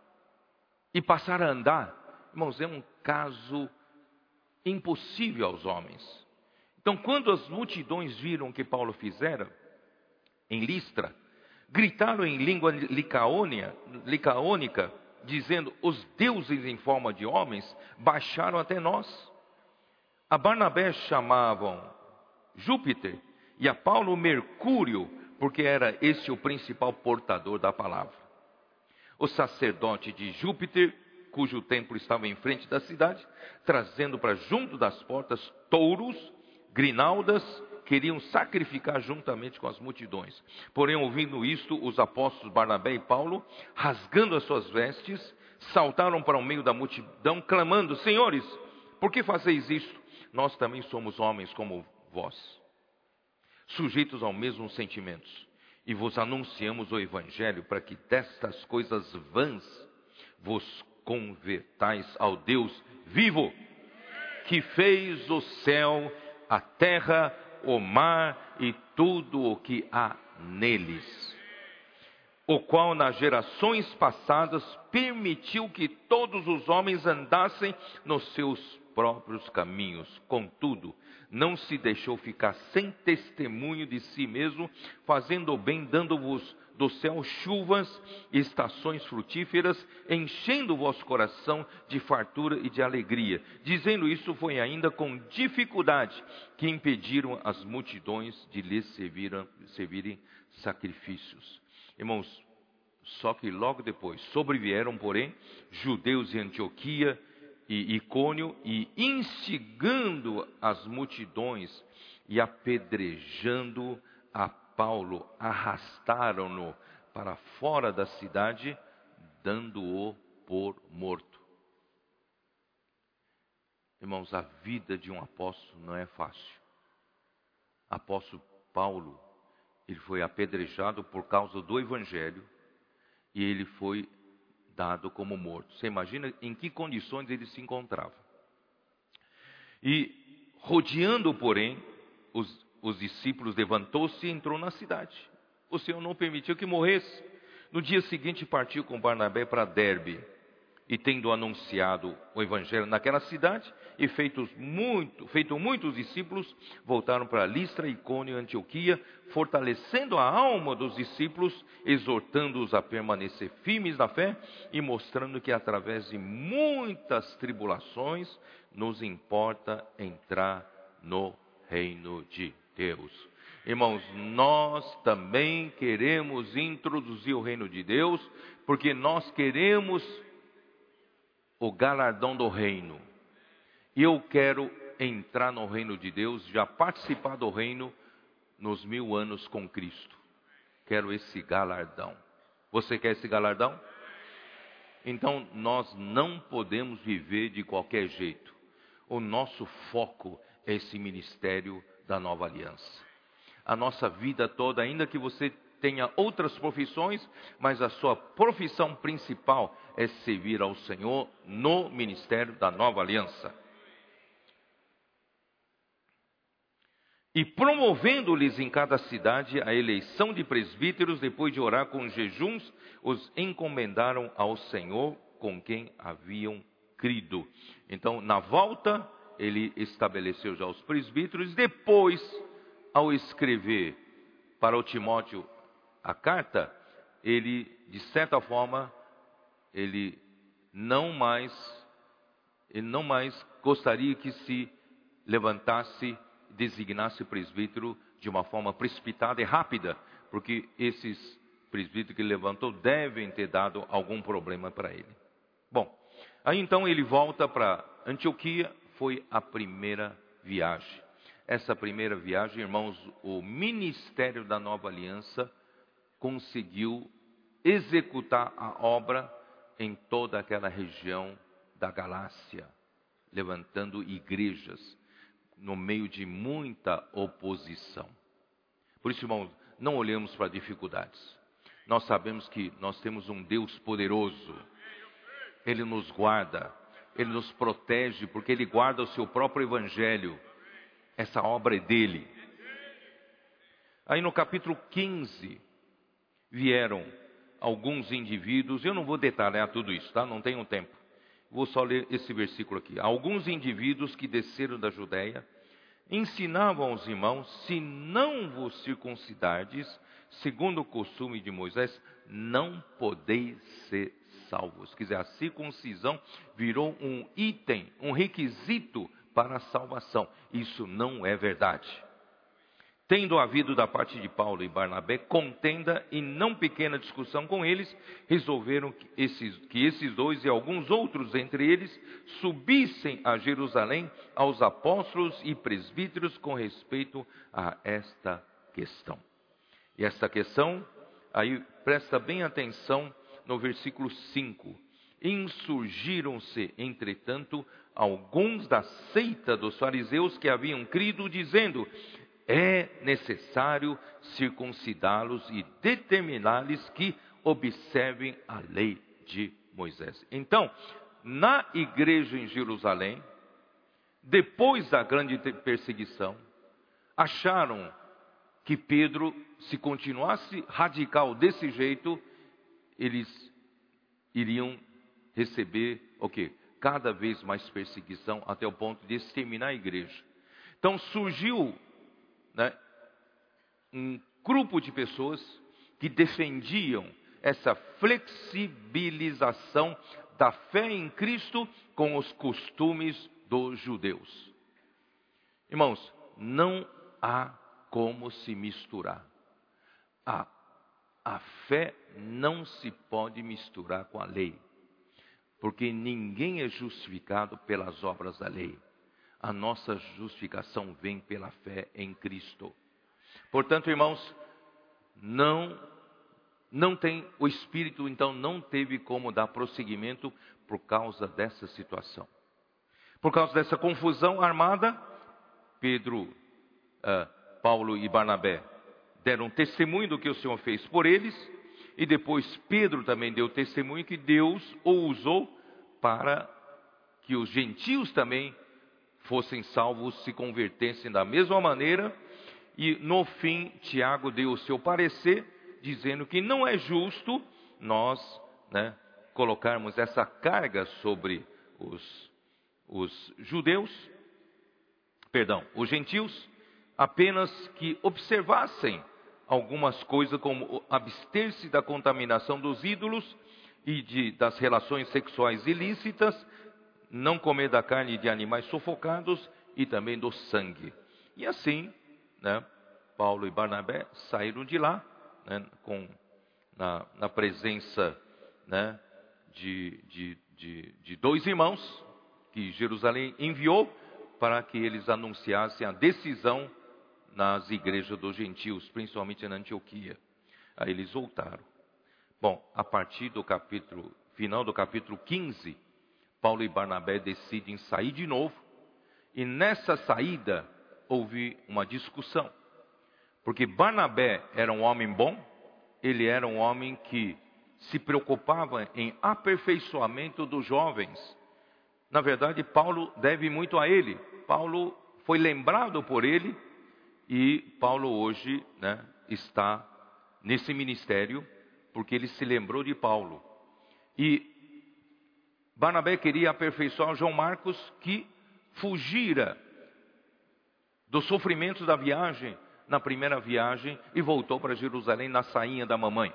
e passar a andar? Irmãos, é um caso impossível aos homens. Então, quando as multidões viram o que Paulo fizera em Listra, gritaram em língua licaônia, licaônica, dizendo: os deuses em forma de homens baixaram até nós. A Barnabé chamavam Júpiter e a Paulo Mercúrio, porque era este o principal portador da palavra. O sacerdote de Júpiter, cujo templo estava em frente da cidade, trazendo para junto das portas touros, grinaldas, queriam sacrificar juntamente com as multidões. Porém, ouvindo isto, os apóstolos Barnabé e Paulo, rasgando as suas vestes, saltaram para o meio da multidão, clamando: senhores, por que fazeis isto? Nós também somos homens como vós, sujeitos aos mesmos sentimentos, e vos anunciamos o evangelho para que destas coisas vãs vos convertais ao Deus vivo, que fez o céu, a terra, o mar e tudo o que há neles, o qual nas gerações passadas permitiu que todos os homens andassem nos seus próprios caminhos. Contudo, não se deixou ficar sem testemunho de si mesmo, fazendo o bem, dando-vos do céu chuvas e estações frutíferas, enchendo o vosso coração de fartura e de alegria. Dizendo isso, foi ainda com dificuldade que impediram as multidões de lhes servirem, servirem sacrifícios. Irmãos, só que logo depois sobrevieram, porém, judeus de Antioquia e Icônio, e instigando as multidões e apedrejando a Paulo, arrastaram-no para fora da cidade, dando-o por morto. Irmãos, a vida de um apóstolo não é fácil. Apóstolo Paulo, ele foi apedrejado por causa do evangelho e ele foi dado como morto. Você imagina em que condições ele se encontrava. E rodeando, porém, os, os discípulos, levantou-se e entrou na cidade. O Senhor não permitiu que morresse. No dia seguinte partiu com Barnabé para Derbe, e tendo anunciado o evangelho naquela cidade, e feitos muito, feito muitos discípulos, voltaram para Listra, Icônio e Antioquia, fortalecendo a alma dos discípulos, exortando-os a permanecer firmes na fé, e mostrando que através de muitas tribulações, nos importa entrar no reino de Deus. Irmãos, nós também queremos introduzir o reino de Deus, porque nós queremos o galardão do reino. E eu quero entrar no reino de Deus, já participar do reino nos mil anos com Cristo. Quero esse galardão. Você quer esse galardão? Então nós não podemos viver de qualquer jeito. O nosso foco é esse ministério da nova aliança. A nossa vida toda, ainda que você tenha outras profissões, mas a sua profissão principal é servir ao Senhor no ministério da nova aliança. E promovendo-lhes em cada cidade a eleição de presbíteros, depois de orar com jejuns, os encomendaram ao Senhor com quem haviam crido. Então, na volta, ele estabeleceu já os presbíteros, depois ao escrever para o Timóteo a carta, ele, de certa forma, ele não mais, ele não mais gostaria que se levantasse, designasse presbítero de uma forma precipitada e rápida, porque esses presbíteros que ele levantou devem ter dado algum problema para ele. Bom, aí então ele volta para Antioquia, foi a primeira viagem. Essa primeira viagem, irmãos, o ministério da Nova Aliança conseguiu executar a obra em toda aquela região da Galácia, levantando igrejas no meio de muita oposição. Por isso, irmãos, não olhemos para dificuldades. Nós sabemos que nós temos um Deus poderoso. Ele nos guarda, Ele nos protege, porque Ele guarda o seu próprio evangelho. Essa obra é dele. Aí no capítulo quinze, vieram alguns indivíduos, eu não vou detalhar tudo isso, tá? Não tenho tempo. Vou só ler esse versículo aqui. Alguns indivíduos que desceram da Judeia, ensinavam aos irmãos, se não vos circuncidardes, segundo o costume de Moisés, não podeis ser salvos. Quer dizer, a circuncisão virou um item, um requisito para a salvação. Isso não é verdade. Tendo havido da parte de Paulo e Barnabé contenda e não pequena discussão com eles, resolveram que esses, que esses dois e alguns outros entre eles subissem a Jerusalém aos apóstolos e presbíteros com respeito a esta questão. E esta questão, aí presta bem atenção no versículo cinco. Insurgiram-se, entretanto, alguns da seita dos fariseus que haviam crido, dizendo: é necessário circuncidá-los e determinar-lhes que observem a lei de Moisés. Então, na igreja em Jerusalém, depois da grande perseguição, acharam que Pedro, se continuasse radical desse jeito, eles iriam receber o quê? Cada vez mais perseguição, até o ponto de exterminar a igreja. Então surgiu, né, um grupo de pessoas que defendiam essa flexibilização da fé em Cristo com os costumes dos judeus. Irmãos, não há como se misturar. A, a fé não se pode misturar com a lei, porque ninguém é justificado pelas obras da lei. A nossa justificação vem pela fé em Cristo. Portanto, irmãos, não, não tem, o Espírito então não teve como dar prosseguimento por causa dessa situação. Por causa dessa confusão armada, Pedro, uh, Paulo e Barnabé deram testemunho do que o Senhor fez por eles, e depois Pedro também deu testemunho que Deus o usou para que os gentios também fossem salvos, se convertessem da mesma maneira. E no fim, Tiago deu o seu parecer, dizendo que não é justo nós, né, colocarmos essa carga sobre os, os judeus, perdão, os gentios, apenas que observassem algumas coisas como abster-se da contaminação dos ídolos e de, das relações sexuais ilícitas, não comer da carne de animais sufocados e também do sangue. E assim, né, Paulo e Barnabé saíram de lá, né, com, na, na presença, né, de, de, de, de dois irmãos que Jerusalém enviou para que eles anunciassem a decisão nas igrejas dos gentios, principalmente na Antioquia. Aí eles voltaram. Bom, a partir do capítulo, final do capítulo quinze, Paulo e Barnabé decidem sair de novo. E nessa saída houve uma discussão. Porque Barnabé era um homem bom, ele era um homem que se preocupava em aperfeiçoamento dos jovens. Na verdade, Paulo deve muito a ele. Paulo foi lembrado por ele. E Paulo hoje, né, está nesse ministério porque ele se lembrou de Paulo. E Barnabé queria aperfeiçoar João Marcos, que fugira dos sofrimentos da viagem, na primeira viagem e voltou para Jerusalém na sainha da mamãe.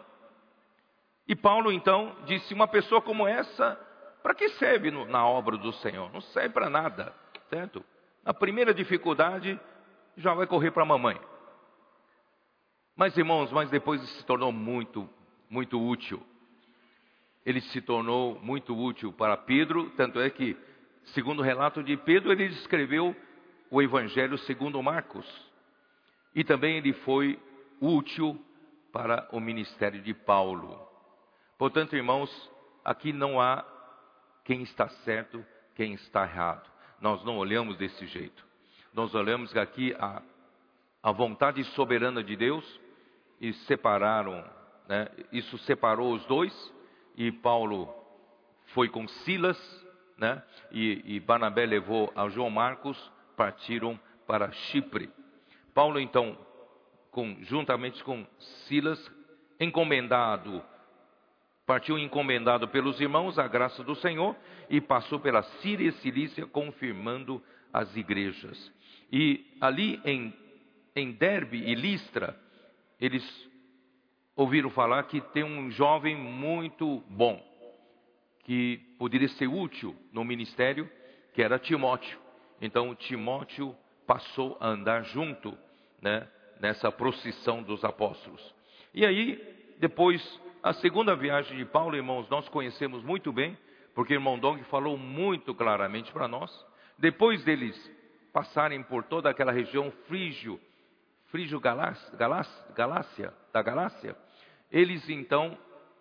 E Paulo então disse, uma pessoa como essa, para que serve no, na obra do Senhor? Não serve para nada, certo? Na primeira dificuldade, já vai correr para a mamãe. Mas irmãos, mas depois ele se tornou muito, muito útil. Ele se tornou muito útil para Pedro, tanto é que, segundo o relato de Pedro, ele escreveu o Evangelho segundo Marcos. E também ele foi útil para o ministério de Paulo. Portanto, irmãos, aqui não há quem está certo, quem está errado. Nós não olhamos desse jeito. Nós olhamos que aqui a, a vontade soberana de Deus, e separaram, né? Isso separou os dois, e Paulo foi com Silas, né? e, e Barnabé levou a João Marcos, partiram para Chipre. Paulo então, com, juntamente com Silas, encomendado, partiu encomendado pelos irmãos a graça do Senhor e passou pela Síria e Cilícia, confirmando as igrejas. E ali em, em Derbe e Listra, eles ouviram falar que tem um jovem muito bom, que poderia ser útil no ministério, que era Timóteo. Então Timóteo passou a andar junto, né, nessa procissão dos apóstolos. E aí, depois, a segunda viagem de Paulo, irmãos, nós conhecemos muito bem, porque o irmão Dong falou muito claramente para nós. Depois deles passarem por toda aquela região frígio, frígio Galácia, Galácia, da Galácia, eles então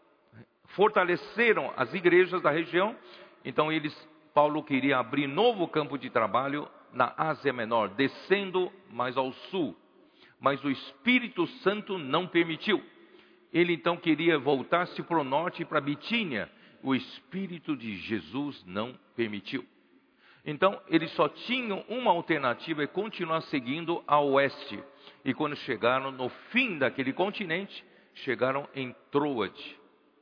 fortaleceram as igrejas da região. Então eles, Paulo queria abrir novo campo de trabalho na Ásia Menor, descendo mais ao sul. Mas o Espírito Santo não permitiu. Ele então queria voltar-se para o norte e para Bitínia. O Espírito de Jesus não permitiu. Então, eles só tinham uma alternativa, é continuar seguindo a oeste. E quando chegaram no fim daquele continente, chegaram em Troade,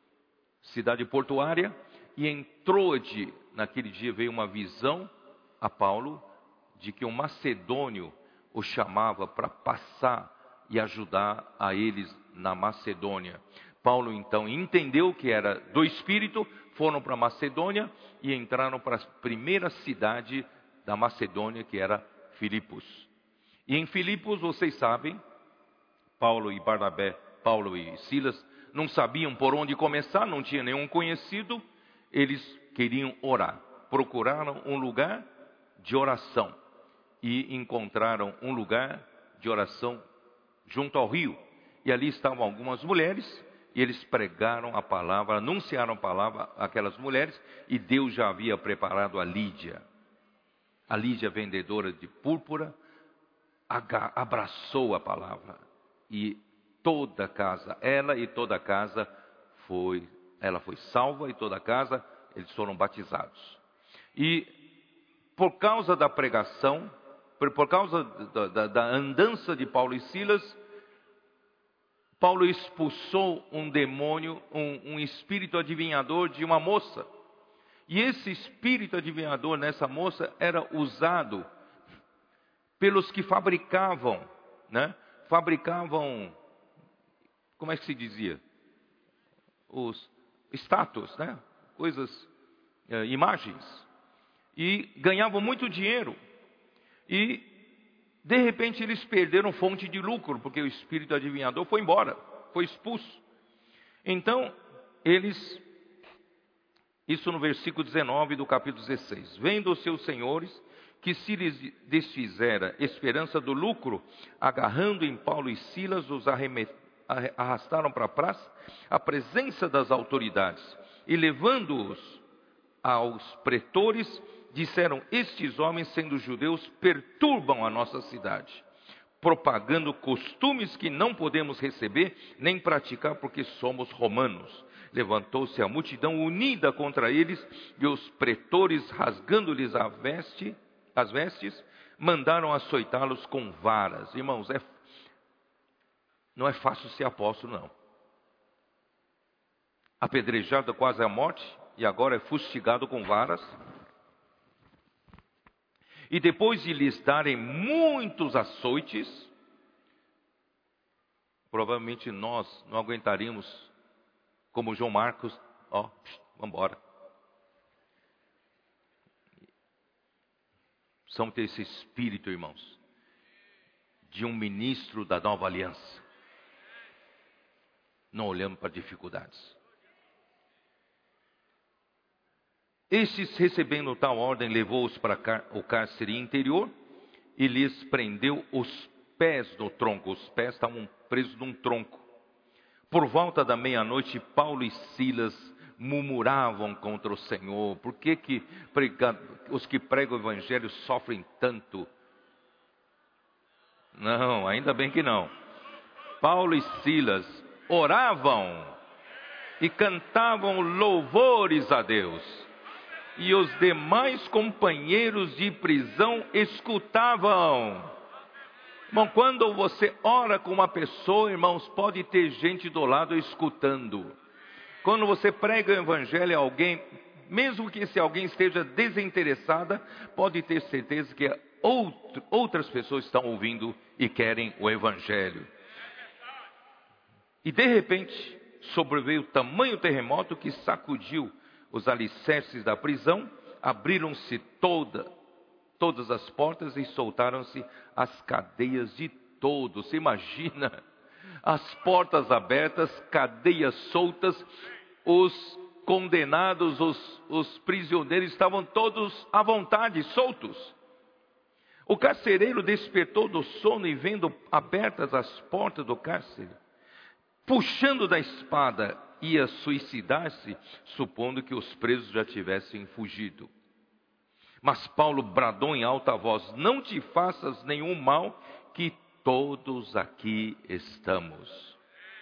cidade portuária. E em Troade, naquele dia veio uma visão a Paulo, de que um macedônio o chamava para passar e ajudar a eles na Macedônia. Paulo então entendeu que era do Espírito, foram para Macedônia e entraram para a primeira cidade da Macedônia, que era Filipos. E em Filipos, vocês sabem, Paulo e Barnabé, Paulo e Silas, não sabiam por onde começar, não tinha nenhum conhecido, eles queriam orar. Procuraram um lugar de oração e encontraram um lugar de oração junto ao rio. E ali estavam algumas mulheres, e eles pregaram a palavra, anunciaram a palavra àquelas mulheres, e Deus já havia preparado a Lídia. A Lídia, vendedora de púrpura, abraçou a palavra, e toda a casa, ela e toda a casa, foi, ela foi salva, e toda a casa, eles foram batizados. E por causa da pregação, por, por causa da, da, da andança de Paulo e Silas, Paulo expulsou um demônio, um, um espírito adivinhador de uma moça. E esse espírito adivinhador nessa moça era usado pelos que fabricavam, né? Fabricavam, como é que se dizia? Os estátuas, né? Coisas, eh, imagens. E ganhavam muito dinheiro. E de repente eles perderam fonte de lucro, porque o espírito adivinhador foi embora, foi expulso. Então, eles, isso no versículo dezenove do capítulo dezesseis. Vendo os seus senhores que se lhes desfizera esperança do lucro, agarrando em Paulo e Silas, os arrastaram para a praça, à presença das autoridades, e levando-os aos pretores, disseram: estes homens, sendo judeus, perturbam a nossa cidade, propagando costumes que não podemos receber nem praticar, porque somos romanos. Levantou-se a multidão unida contra eles, e os pretores, rasgando-lhes a veste, as vestes, mandaram açoitá-los com varas. Irmãos, é, não é fácil ser apóstolo, não. Apedrejado quase à morte, e agora é fustigado com varas. E depois de lhes darem muitos açoites, provavelmente nós não aguentaríamos, como João Marcos, ó, vamos embora. Precisamos ter esse espírito, irmãos, de um ministro da nova aliança. Não olhando para dificuldades. Estes, recebendo tal ordem, levou-os para o cárcere interior e lhes prendeu os pés no tronco. Os pés estavam presos num tronco. Por volta da meia-noite, Paulo e Silas murmuravam contra o Senhor. Por que, que prega... os que pregam o evangelho sofrem tanto? Não, ainda bem que não. Paulo e Silas oravam e cantavam louvores a Deus. E os demais companheiros de prisão escutavam. Irmão, quando você ora com uma pessoa, irmãos, pode ter gente do lado escutando. Quando você prega o evangelho a alguém, mesmo que esse alguém esteja desinteressada, pode ter certeza que outro, outras pessoas estão ouvindo e querem o evangelho. E de repente, sobreveio tamanho terremoto que sacudiu os alicerces da prisão, abriram-se toda, todas as portas e soltaram-se as cadeias de todos. Você imagina? As portas abertas, cadeias soltas, os condenados, os, os prisioneiros estavam todos à vontade, soltos. O carcereiro despertou do sono e vendo abertas as portas do cárcere, puxando da espada, ia suicidar-se, supondo que os presos já tivessem fugido. Mas Paulo bradou em alta voz: não te faças nenhum mal, que todos aqui estamos.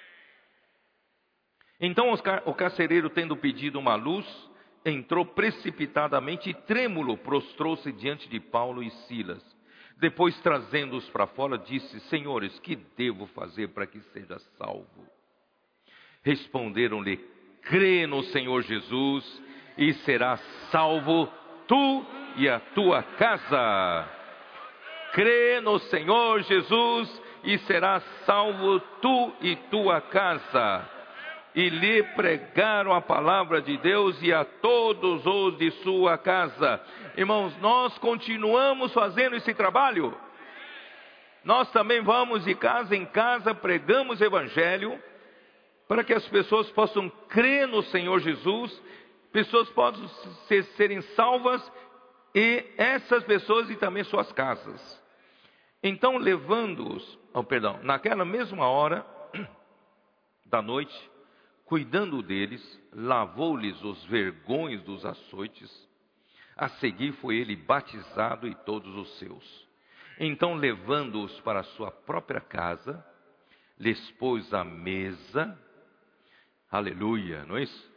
Então o carcereiro, tendo pedido uma luz, entrou precipitadamente e trêmulo prostrou-se diante de Paulo e Silas. Depois, trazendo-os para fora, disse: senhores, que devo fazer para que seja salvo? Responderam-lhe: crê no Senhor Jesus e serás salvo tu e a tua casa. Crê no Senhor Jesus e serás salvo tu e tua casa. E lhe pregaram a palavra de Deus e a todos os de sua casa. Irmãos, nós continuamos fazendo esse trabalho. Nós também vamos de casa em casa, pregamos o evangelho, para que as pessoas possam crer no Senhor Jesus, pessoas possam ser, serem salvas, e essas pessoas e também suas casas. Então, levando-os, oh, perdão, naquela mesma hora da noite, cuidando deles, lavou-lhes os vergões dos açoites. A seguir foi ele batizado e todos os seus. Então, levando-os para a sua própria casa, lhes pôs a mesa. Aleluia, não é isso?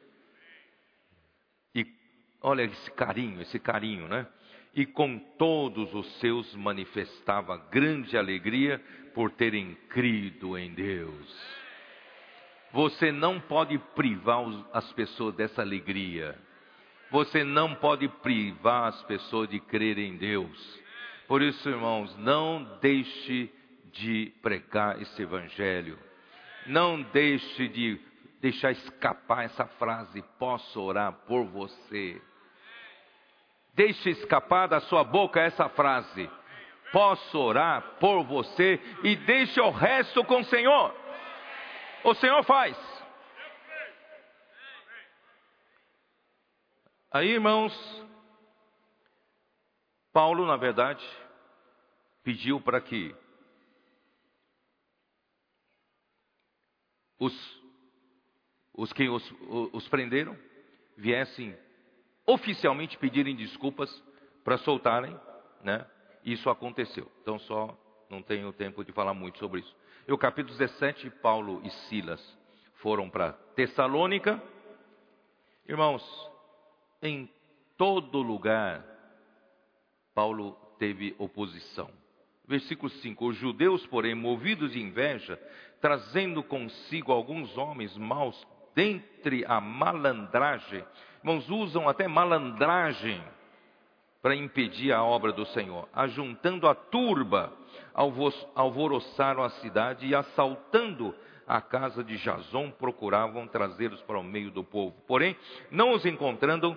E olha esse carinho, esse carinho, né? E com todos os seus manifestava grande alegria por terem crido em Deus. Você não pode privar as pessoas dessa alegria. Você não pode privar as pessoas de crer em Deus. Por isso, irmãos, não deixe de pregar esse evangelho. Não deixe de deixar escapar essa frase: posso orar por você. Deixe escapar da sua boca essa frase: posso orar por você, e deixe o resto com o Senhor. O Senhor faz. Aí, irmãos, Paulo, na verdade, pediu para que os, os que os, os prenderam viessem oficialmente pedirem desculpas para soltarem, né? Isso aconteceu. Então, só não tenho tempo de falar muito sobre isso. E o capítulo dezessete, Paulo e Silas foram para Tessalônica. Irmãos, em todo lugar, Paulo teve oposição. Versículo cinco: os judeus, porém, movidos de inveja, trazendo consigo alguns homens maus dentre a malandragem. Irmãos, usam até malandragem para impedir a obra do Senhor. Ajuntando a turba, alvoroçaram a cidade e, assaltando a casa de Jason, procuravam trazê-los para o meio do povo. Porém, não os encontrando,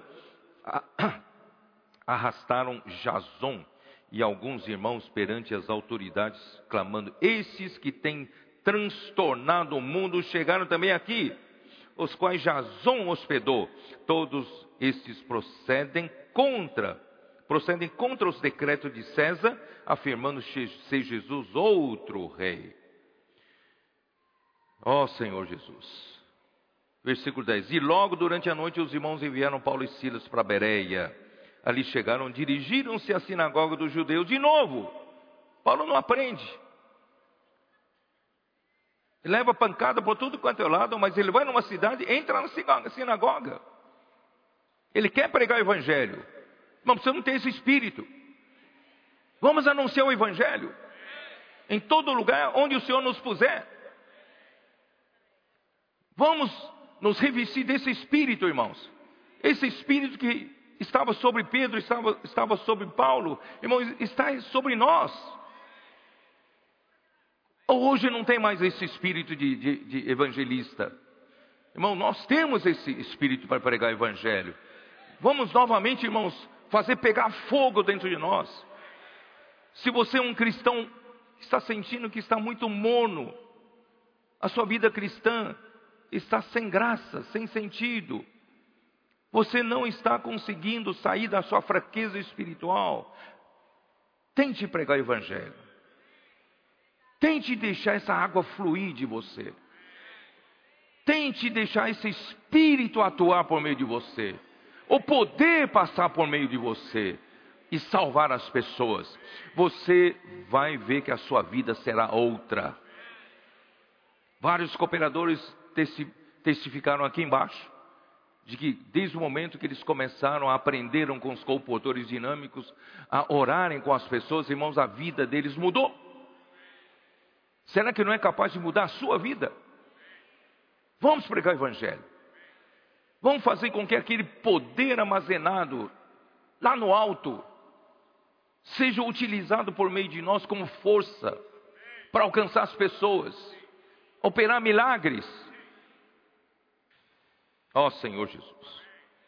arrastaram Jason e alguns irmãos perante as autoridades, clamando: esses que têm transtornado o mundo chegaram também aqui, os quais Jason hospedou. Todos estes procedem contra, procedem contra os decretos de César, afirmando ser Jesus outro rei. Ó Senhor Jesus. Versículo dez. E logo durante a noite os irmãos enviaram Paulo e Silas para Bereia. Ali chegaram, dirigiram-se à sinagoga dos judeus de novo. Paulo não aprende. Ele leva pancada por tudo quanto é lado, mas ele vai numa cidade, entra na sinagoga. Ele quer pregar o evangelho. Mas você não tem esse espírito. Vamos anunciar o evangelho em todo lugar onde o Senhor nos puser. Vamos nos revestir desse espírito, irmãos. Esse espírito que estava sobre Pedro, estava, estava sobre Paulo, irmãos, está sobre nós. Hoje não tem mais esse espírito de, de, de evangelista. Irmão, nós temos esse espírito para pregar o evangelho. Vamos novamente, irmãos, fazer pegar fogo dentro de nós. Se você é um cristão que está sentindo que está muito morno, a sua vida cristã está sem graça, sem sentido, você não está conseguindo sair da sua fraqueza espiritual, tente pregar o evangelho. Tente deixar essa água fluir de você. Tente deixar esse espírito atuar por meio de você. O poder passar por meio de você e salvar as pessoas. Você vai ver que a sua vida será outra. Vários cooperadores testificaram aqui embaixo de que desde o momento que eles começaram a aprenderam com os comportores dinâmicos, a orarem com as pessoas, irmãos, a vida deles mudou. Será que não é capaz de mudar a sua vida? Vamos pregar o evangelho. Vamos fazer com que aquele poder armazenado lá no alto seja utilizado por meio de nós como força para alcançar as pessoas, operar milagres. Ó Senhor Jesus.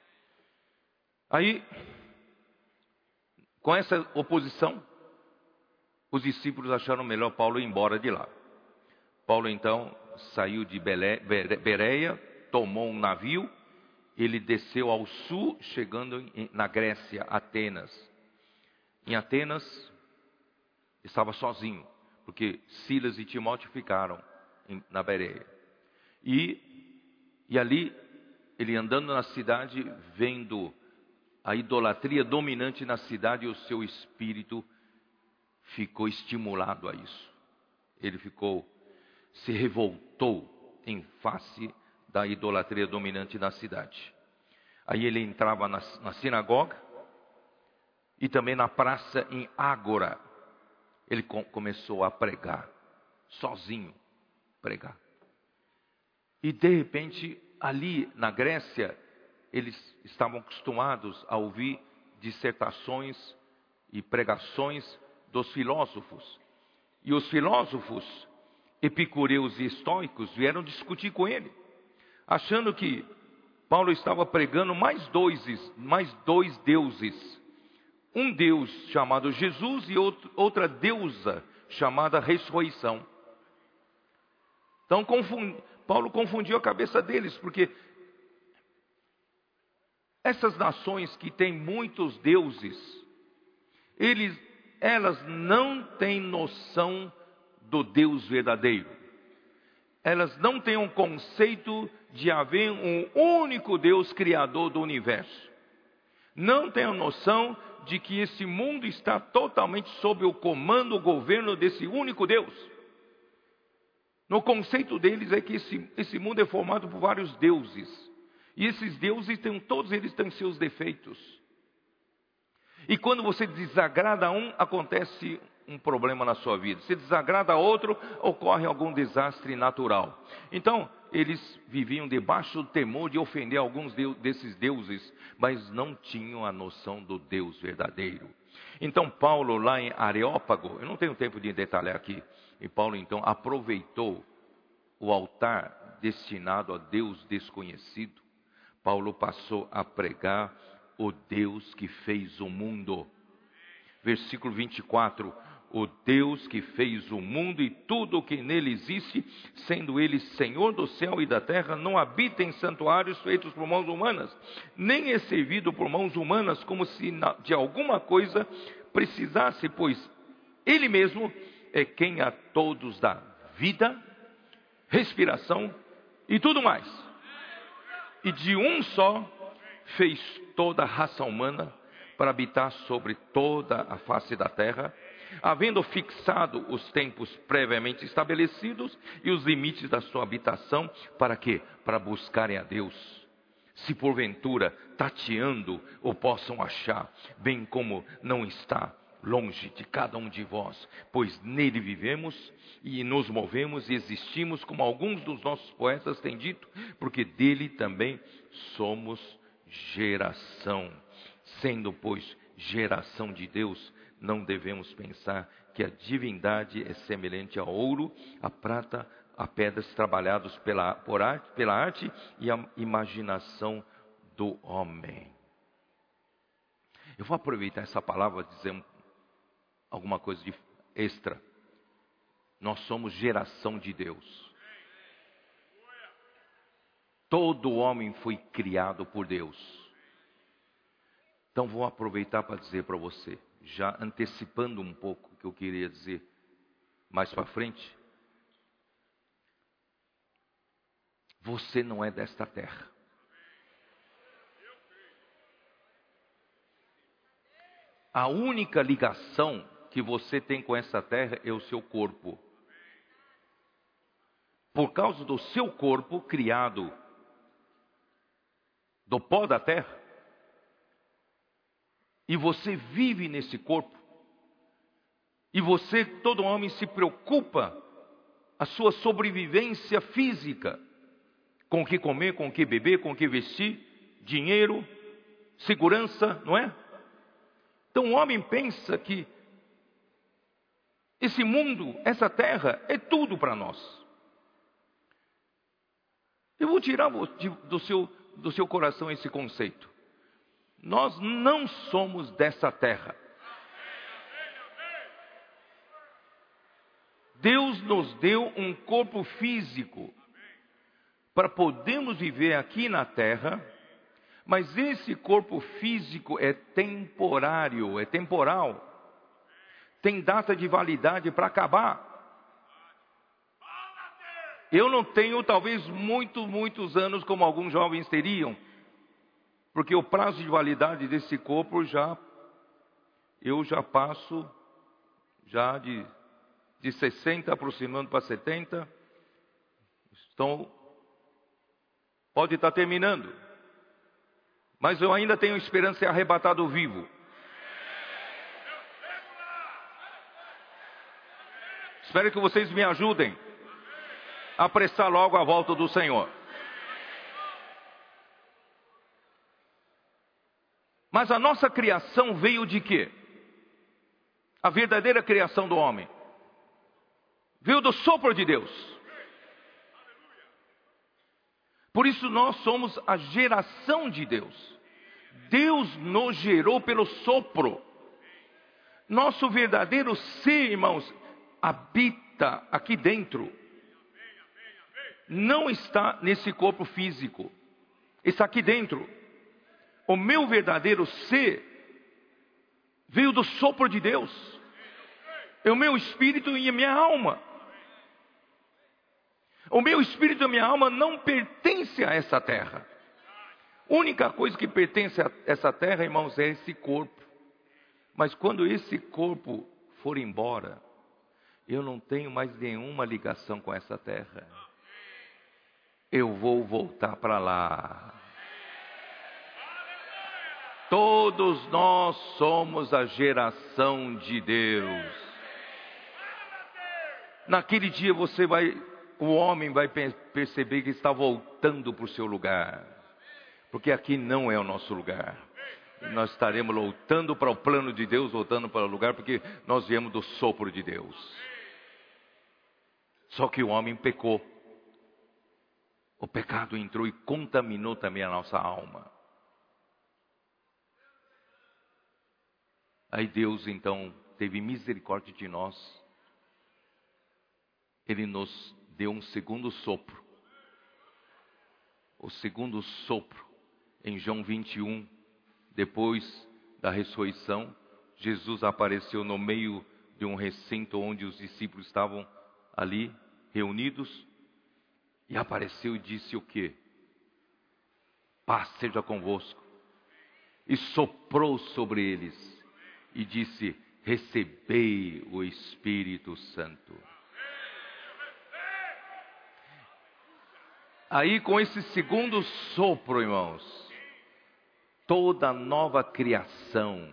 Aí, com essa oposição, os discípulos acharam melhor Paulo ir embora de lá. Paulo então saiu de Bereia, tomou um navio, ele desceu ao sul, chegando na Grécia, Atenas. Em Atenas, estava sozinho, porque Silas e Timóteo ficaram na Bereia. E, e ali, ele andando na cidade, vendo a idolatria dominante na cidade, o seu espírito ficou estimulado a isso. Ele ficou, se revoltou em face da idolatria dominante na cidade. Aí ele entrava na, na sinagoga e também na praça em Ágora. Ele com, começou a pregar, sozinho, pregar. E de repente, ali na Grécia, eles estavam acostumados a ouvir dissertações e pregações dos filósofos. E os filósofos epicureus e estoicos vieram discutir com ele, achando que Paulo estava pregando mais dois, mais dois deuses. Um Deus chamado Jesus e outro, outra deusa chamada ressurreição. Então confund, Paulo confundiu a cabeça deles, porque essas nações que têm muitos deuses, eles elas não têm noção do Deus verdadeiro. Elas não têm um conceito de haver um único Deus criador do universo. Não têm a noção de que esse mundo está totalmente sob o comando, o governo desse único Deus. No conceito deles é que esse, esse mundo é formado por vários deuses. E esses deuses, têm, todos eles têm seus defeitos. E quando você desagrada a um, acontece um problema na sua vida. Se desagrada a outro, ocorre algum desastre natural. Então, eles viviam debaixo do temor de ofender alguns desses deuses, mas não tinham a noção do Deus verdadeiro. Então Paulo, lá em Areópago, eu não tenho tempo de detalhar aqui, e Paulo então aproveitou o altar destinado a Deus desconhecido. Paulo passou a pregar o Deus que fez o mundo. Versículo vinte e quatro, o Deus que fez o mundo e tudo o que nele existe, sendo ele Senhor do céu e da terra, não habita em santuários feitos por mãos humanas, nem é servido por mãos humanas, como se de alguma coisa precisasse, pois ele mesmo é quem a todos dá vida, respiração e tudo mais. E de um só fez toda a raça humana para habitar sobre toda a face da terra, havendo fixado os tempos previamente estabelecidos e os limites da sua habitação, para quê? Para buscarem a Deus. Se porventura, tateando, o possam achar, bem como não está longe de cada um de vós, pois nele vivemos e nos movemos e existimos, como alguns dos nossos poetas têm dito, porque dele também somos geração. Sendo, pois, geração de Deus, não devemos pensar que a divindade é semelhante ao ouro, a prata, a pedras trabalhados pela, por arte, pela arte e a imaginação do homem. Eu vou aproveitar essa palavra para dizer alguma coisa de extra. Nós somos geração de Deus. Todo homem foi criado por Deus. Então vou aproveitar para dizer para você, já antecipando um pouco o que eu queria dizer mais para frente. Você não é desta terra. A única ligação que você tem com essa terra é o seu corpo. Por causa do seu corpo criado do pó da terra, e você vive nesse corpo, e você, todo homem, se preocupa a sua sobrevivência física, com o que comer, com o que beber, com o que vestir, dinheiro, segurança, não é? Então o homem pensa que esse mundo, essa terra, é tudo para nós. Eu vou tirar do seu, do seu coração esse conceito. Nós não somos dessa terra. Deus nos deu um corpo físico para podermos viver aqui na terra, mas esse corpo físico é temporário, é temporal. Tem data de validade para acabar. Eu não tenho talvez muitos, muitos anos como alguns jovens teriam, porque o prazo de validade desse corpo já, eu já passo já de, de sessenta aproximando para setenta, então pode estar terminando, mas eu ainda tenho esperança de ser arrebatado vivo. Espero que vocês me ajudem a apressar logo a volta do Senhor. Mas a nossa criação veio de quê? A verdadeira criação do homem veio do sopro de Deus. Por isso nós somos a geração de Deus. Deus nos gerou pelo sopro. Nosso verdadeiro ser, irmãos, habita aqui dentro. Não está nesse corpo físico. Está aqui dentro. O meu verdadeiro ser veio do sopro de Deus. É o meu espírito e a minha alma. O meu espírito e a minha alma não pertencem a essa terra. A única coisa que pertence a essa terra, irmãos, é esse corpo. Mas quando esse corpo for embora, eu não tenho mais nenhuma ligação com essa terra. Eu vou voltar para lá. Todos nós somos a geração de Deus. Naquele dia você vai o homem vai perceber que está voltando para o seu lugar. Porque aqui não é o nosso lugar. Nós estaremos voltando para o plano de Deus, voltando para o lugar, porque nós viemos do sopro de Deus. Só que o homem pecou. O pecado entrou e contaminou também a nossa alma. Aí Deus então teve misericórdia de nós. Ele nos deu um segundo sopro. O segundo sopro, em João vinte e um, depois da ressurreição, Jesus apareceu no meio de um recinto onde os discípulos estavam ali, reunidos, e apareceu e disse o quê? Paz seja convosco. E soprou sobre eles, e disse, recebei o Espírito Santo. Aí com esse segundo sopro, irmãos, toda nova criação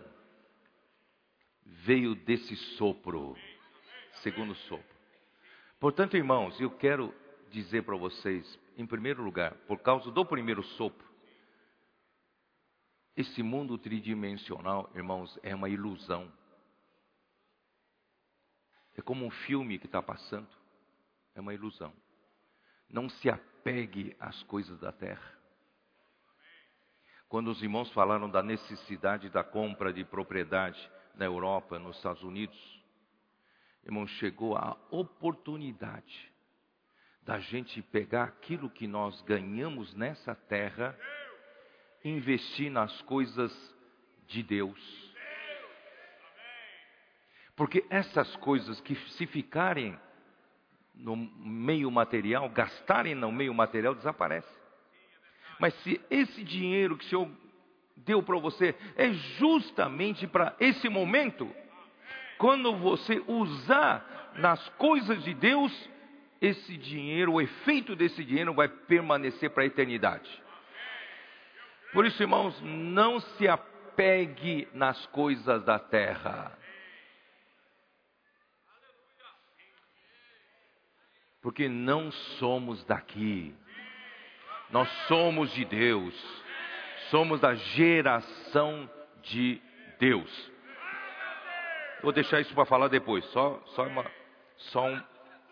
veio desse sopro, segundo sopro. Portanto, irmãos, eu quero dizer para vocês, em primeiro lugar, por causa do primeiro sopro, esse mundo tridimensional, irmãos, é uma ilusão. É como um filme que está passando, é uma ilusão. Não se apegue às coisas da terra. Quando os irmãos falaram da necessidade da compra de propriedade na Europa, nos Estados Unidos, irmãos, chegou a oportunidade da gente pegar aquilo que nós ganhamos nessa terra, investir nas coisas de Deus. Porque essas coisas que se ficarem no meio material, gastarem no meio material, desaparecem. Mas se esse dinheiro que o Senhor deu para você é justamente para esse momento, quando você usar nas coisas de Deus, esse dinheiro, o efeito desse dinheiro vai permanecer para a eternidade. Por isso, irmãos, não se apegue nas coisas da terra. Porque não somos daqui. Nós somos de Deus. Somos da geração de Deus. Vou deixar isso para falar depois. Só, só, uma, só um...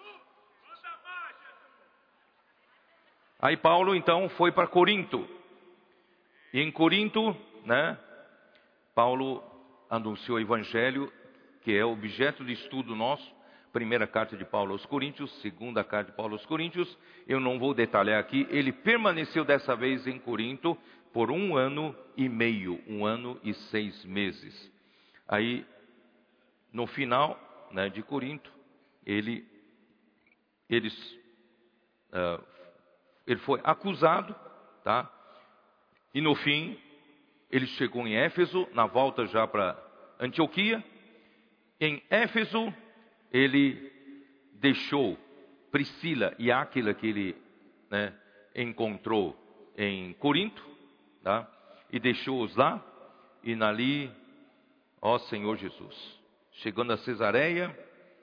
Aí Paulo então foi para Corinto. E em Corinto, né, Paulo anunciou o Evangelho, que é objeto de estudo nosso. Primeira carta de Paulo aos Coríntios, segunda carta de Paulo aos Coríntios. Eu não vou detalhar aqui. Ele permaneceu dessa vez em Corinto por um ano e meio, um ano e seis meses. Aí, no final, né, de Corinto, ele, eles, uh, ele foi acusado, tá? E no fim, ele chegou em Éfeso, na volta já para Antioquia. Em Éfeso, ele deixou Priscila e Áquila, que ele, né, encontrou em Corinto, tá? E deixou-os lá, e nali, ó Senhor Jesus, chegando a Cesareia,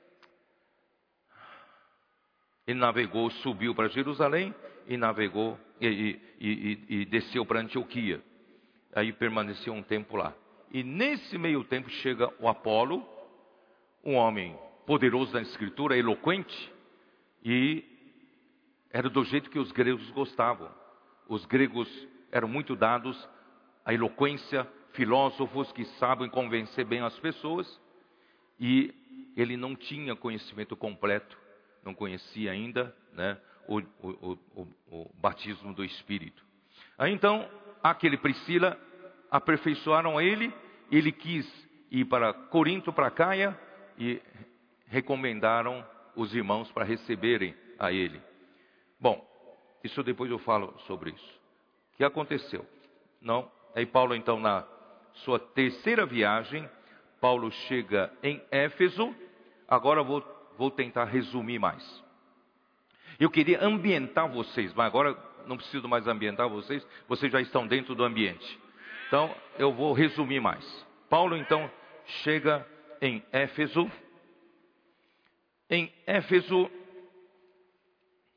ele navegou, subiu para Jerusalém, e navegou, e, e, e, e desceu para Antioquia. Aí permaneceu um tempo lá. E nesse meio tempo chega o Apolo, um homem poderoso da Escritura, eloquente, e era do jeito que os gregos gostavam. Os gregos eram muito dados à eloquência, filósofos que sabem convencer bem as pessoas, e ele não tinha conhecimento completo, não conhecia ainda, né, o, o, o, o batismo do Espírito. Aí então, aquele Priscila aperfeiçoaram ele, ele quis ir para Corinto, para Caia, e recomendaram os irmãos para receberem a ele. Bom, isso depois eu falo sobre isso. O que aconteceu? Não, aí Paulo então na sua terceira viagem, Paulo chega em Éfeso. Agora eu vou, vou tentar resumir mais. Eu queria ambientar vocês, mas agora não preciso mais ambientar vocês, vocês já estão dentro do ambiente. Então eu vou resumir mais. Paulo então chega em Éfeso. Em Éfeso,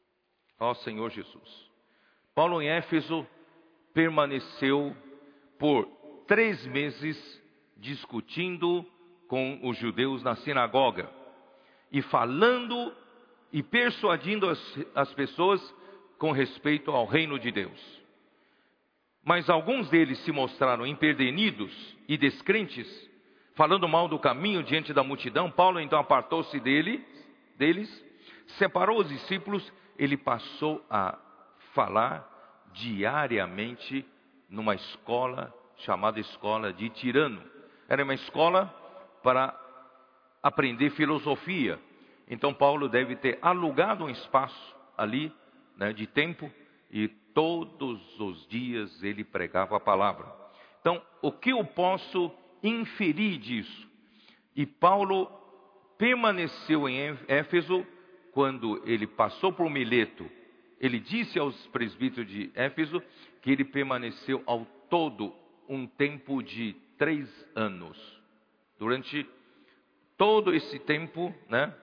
Ó Senhor Jesus. Paulo em Éfeso permaneceu por três meses discutindo com os judeus na sinagoga e falando e persuadindo as, as pessoas com respeito ao reino de Deus. Mas alguns deles se mostraram empedernidos e descrentes, falando mal do caminho diante da multidão. Paulo então apartou-se dele, deles, separou os discípulos, ele passou a falar diariamente numa escola chamada Escola de Tirano. Era uma escola para aprender filosofia. Então Paulo deve ter alugado um espaço ali, né, de tempo, e todos os dias ele pregava a palavra. Então, o que eu posso inferir disso? E Paulo permaneceu em Éfeso quando ele passou por Mileto. Ele disse aos presbíteros de Éfeso que ele permaneceu ao todo um tempo de três anos. Durante todo esse tempo, né?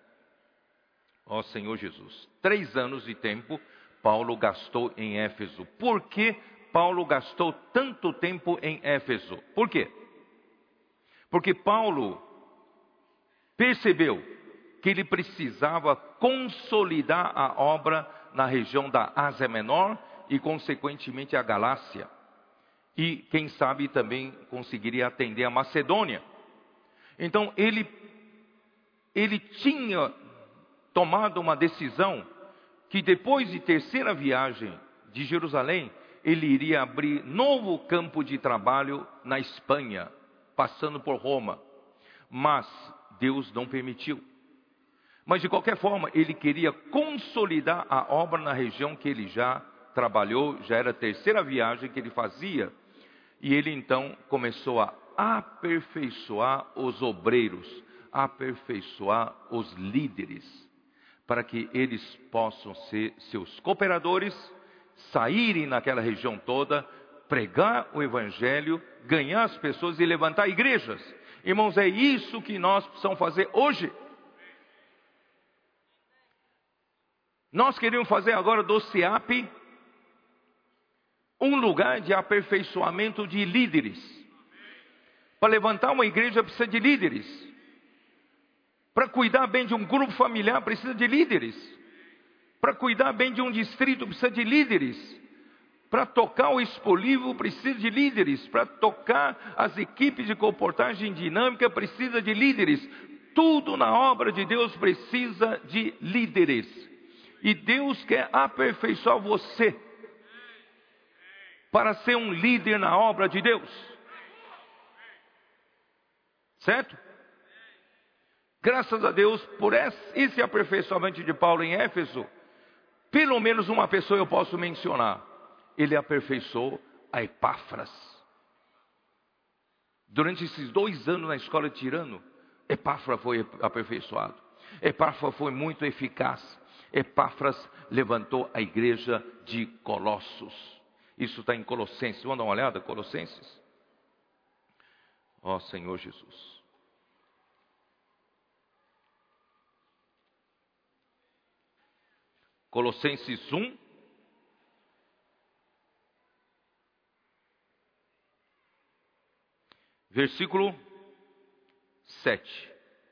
Ó Senhor Jesus, três anos de tempo Paulo gastou em Éfeso. Por que Paulo gastou tanto tempo em Éfeso? Por quê? Porque Paulo percebeu que ele precisava consolidar a obra na região da Ásia Menor e, consequentemente, a Galácia. E, quem sabe, também conseguiria atender a Macedônia. Então, ele, ele tinha tomado uma decisão que depois de terceira viagem de Jerusalém, ele iria abrir novo campo de trabalho na Espanha, passando por Roma. Mas Deus não permitiu. Mas de qualquer forma, ele queria consolidar a obra na região que ele já trabalhou, já era a terceira viagem que ele fazia. E ele então começou a aperfeiçoar os obreiros, aperfeiçoar os líderes, para que eles possam ser seus cooperadores, saírem naquela região toda, pregar o evangelho, ganhar as pessoas e levantar igrejas. Irmãos, é isso que nós precisamos fazer hoje. Nós queremos fazer agora do SEAP um lugar de aperfeiçoamento de líderes. Para levantar uma igreja precisa de líderes. Para cuidar bem de um grupo familiar precisa de líderes. Para cuidar bem de um distrito precisa de líderes. Para tocar o Expolivo precisa de líderes. Para tocar as equipes de comportagem dinâmica precisa de líderes. Tudo na obra de Deus precisa de líderes. E Deus quer aperfeiçoar você para ser um líder na obra de Deus. Certo? Graças a Deus por esse aperfeiçoamento de Paulo em Éfeso, pelo menos uma pessoa eu posso mencionar. Ele aperfeiçoou a Epáfras. Durante esses dois anos na escola de Tirano, Epáfras foi aperfeiçoado. Epáfras foi muito eficaz. Epáfras levantou a igreja de Colossos. Isso está em Colossenses. Vamos dar uma olhada, Colossenses? Ó Senhor Jesus. Colossenses um. Versículo sete.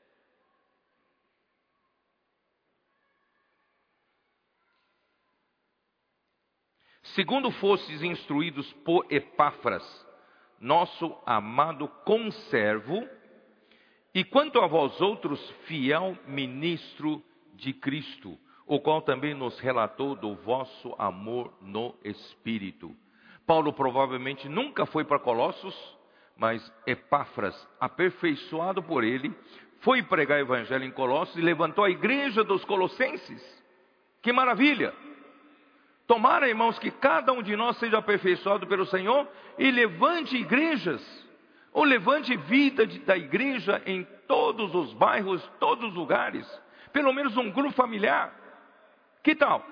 Segundo fostes instruídos por Epáfras, nosso amado conservo, e quanto a vós outros, fiel ministro de Cristo, o qual também nos relatou do vosso amor no Espírito. Paulo provavelmente nunca foi para Colossos, mas Epáfras, aperfeiçoado por ele, foi pregar o evangelho em Colossos e levantou a igreja dos colossenses. Que maravilha! Tomara, irmãos, que cada um de nós seja aperfeiçoado pelo Senhor e levante igrejas, ou levante vida de, da igreja em todos os bairros, todos os lugares, pelo menos um grupo familiar. Que tal?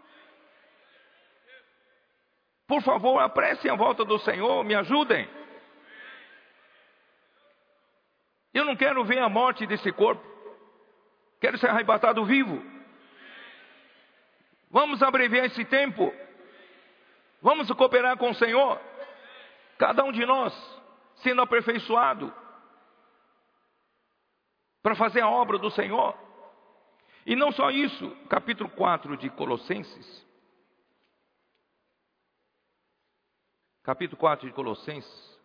Por favor, apressem a volta do Senhor, me ajudem. Eu não quero ver a morte desse corpo, quero ser arrebatado vivo. Vamos abreviar esse tempo. Vamos cooperar com o Senhor. Cada um de nós sendo aperfeiçoado para fazer a obra do Senhor. E não só isso, capítulo quatro de Colossenses. Capítulo quatro de Colossenses.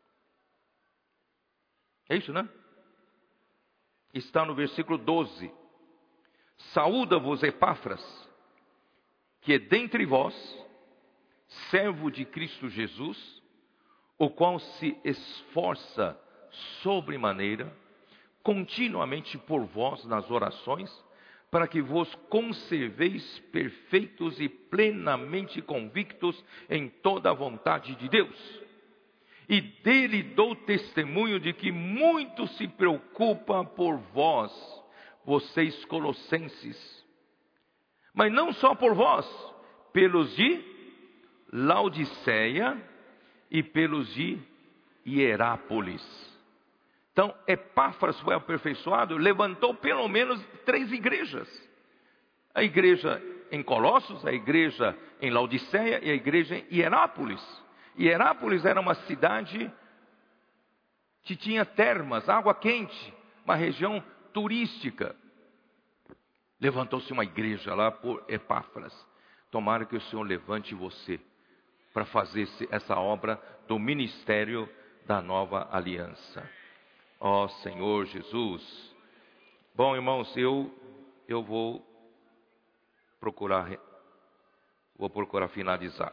É isso, né? Está no versículo doze. Saúda-vos, Epáfras, que é dentre vós, servo de Cristo Jesus, o qual se esforça sobremaneira, continuamente por vós nas orações, para que vos conserveis perfeitos e plenamente convictos em toda a vontade de Deus. E dele dou testemunho de que muito se preocupa por vós, vocês colossenses. Mas não só por vós, pelos de Laodiceia e pelos de Hierápolis. Então, Epáfras foi aperfeiçoado, levantou pelo menos três igrejas. A igreja em Colossos, a igreja em Laodiceia e a igreja em Hierápolis. Hierápolis era uma cidade que tinha termas, água quente, uma região turística. Levantou-se uma igreja lá por Epáfras. Tomara que o Senhor levante você para fazer essa obra do ministério da nova aliança. Ó oh, Senhor Jesus. Bom, irmãos, eu, eu vou procurar, vou procurar finalizar.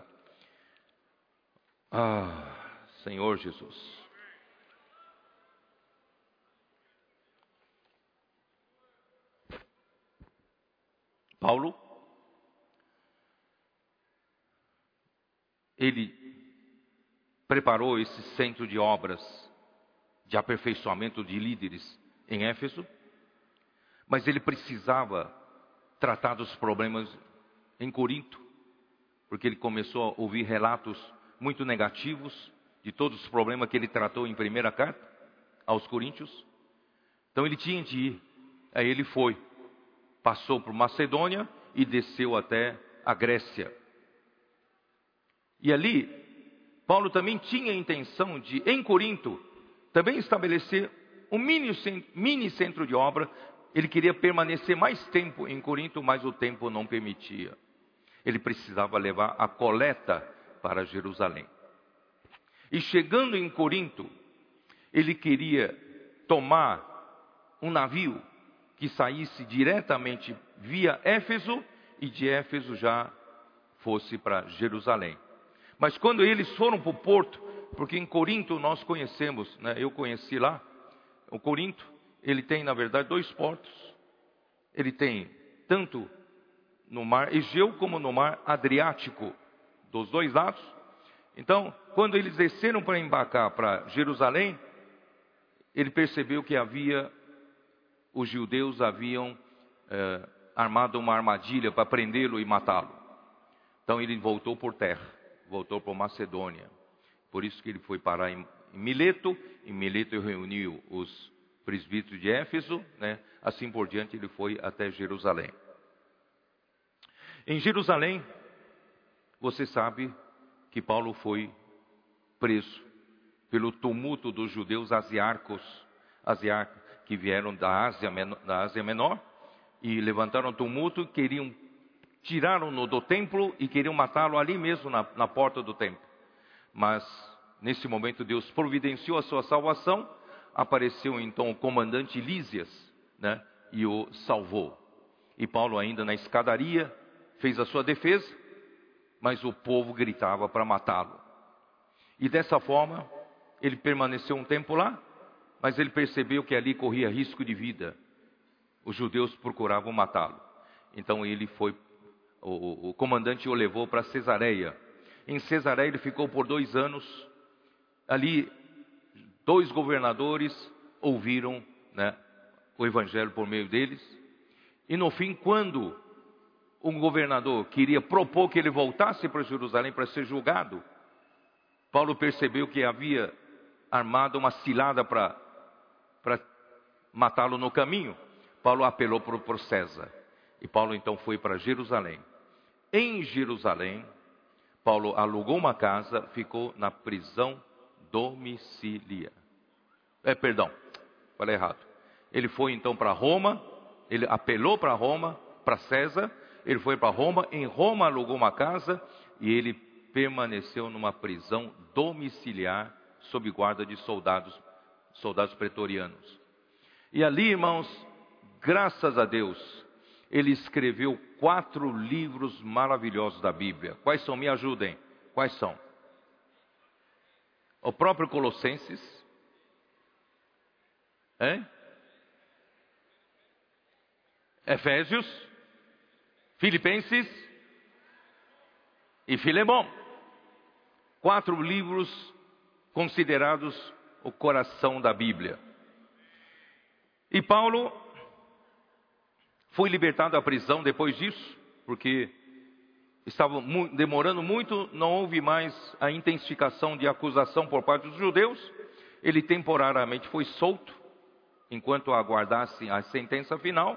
Ah, Senhor Jesus. Paulo, ele preparou esse centro de obras de aperfeiçoamento de líderes em Éfeso, mas ele precisava tratar dos problemas em Corinto, porque ele começou a ouvir relatos muito negativos de todos os problemas que ele tratou em primeira carta aos Coríntios. Então ele tinha de ir. Aí ele foi, passou por Macedônia e desceu até a Grécia. E ali, Paulo também tinha a intenção de, em Corinto, também estabelecer um mini, mini centro de obra. Ele queria permanecer mais tempo em Corinto, mas o tempo não permitia. Ele precisava levar a coleta para Jerusalém. E chegando em Corinto, ele queria tomar um navio que saísse diretamente via Éfeso e de Éfeso já fosse para Jerusalém. Mas quando eles foram para o porto, porque em Corinto nós conhecemos, né, eu conheci lá, o Corinto, ele tem na verdade dois portos. Ele tem tanto no mar Egeu como no mar Adriático, dos dois lados. Então, quando eles desceram para embarcar para Jerusalém, ele percebeu que havia, os judeus haviam eh, armado uma armadilha para prendê-lo e matá-lo. Então ele voltou por terra, voltou para Macedônia. Por isso que ele foi parar em Mileto. Em Mileto ele reuniu os presbíteros de Éfeso, né? Assim por diante ele foi até Jerusalém. Em Jerusalém, você sabe que Paulo foi preso pelo tumulto dos judeus asiarcos, asiarcos que vieram da Ásia, da Ásia Menor, e levantaram tumulto, queriam tiraram-no do templo e queriam matá-lo ali mesmo na, na porta do templo. Mas nesse momento Deus providenciou a sua salvação. Apareceu então o comandante Lísias, né, e o salvou. E Paulo ainda na escadaria fez a sua defesa, mas o povo gritava para matá-lo. E dessa forma ele permaneceu um tempo lá, mas ele percebeu que ali corria risco de vida. Os judeus procuravam matá-lo. Então ele foi, o, o comandante o levou para Cesareia. Em Cesareia ele ficou por dois anos. Ali dois governadores ouviram, né, o evangelho por meio deles. E no fim, quando um governador queria propor que ele voltasse para Jerusalém para ser julgado, Paulo percebeu que havia armado uma cilada para para matá-lo no caminho. Paulo apelou para César. E Paulo então foi para Jerusalém. em Jerusalém, Paulo alugou uma casa, ficou na prisão domiciliar. É, perdão, falei errado. Ele foi então para Roma, ele apelou para Roma, para César, ele foi para Roma, em Roma alugou uma casa e ele permaneceu numa prisão domiciliar sob guarda de soldados, soldados pretorianos. E ali, irmãos, graças a Deus, ele escreveu quatro livros maravilhosos da Bíblia. Quais são? Me ajudem. Quais são? O próprio Colossenses. Hein? Efésios. Filipenses. E Filemão. Quatro livros considerados o coração da Bíblia. E Paulo foi libertado da prisão depois disso, porque estava demorando muito, não houve mais a intensificação de acusação por parte dos judeus. Ele temporariamente foi solto, enquanto aguardasse a sentença final.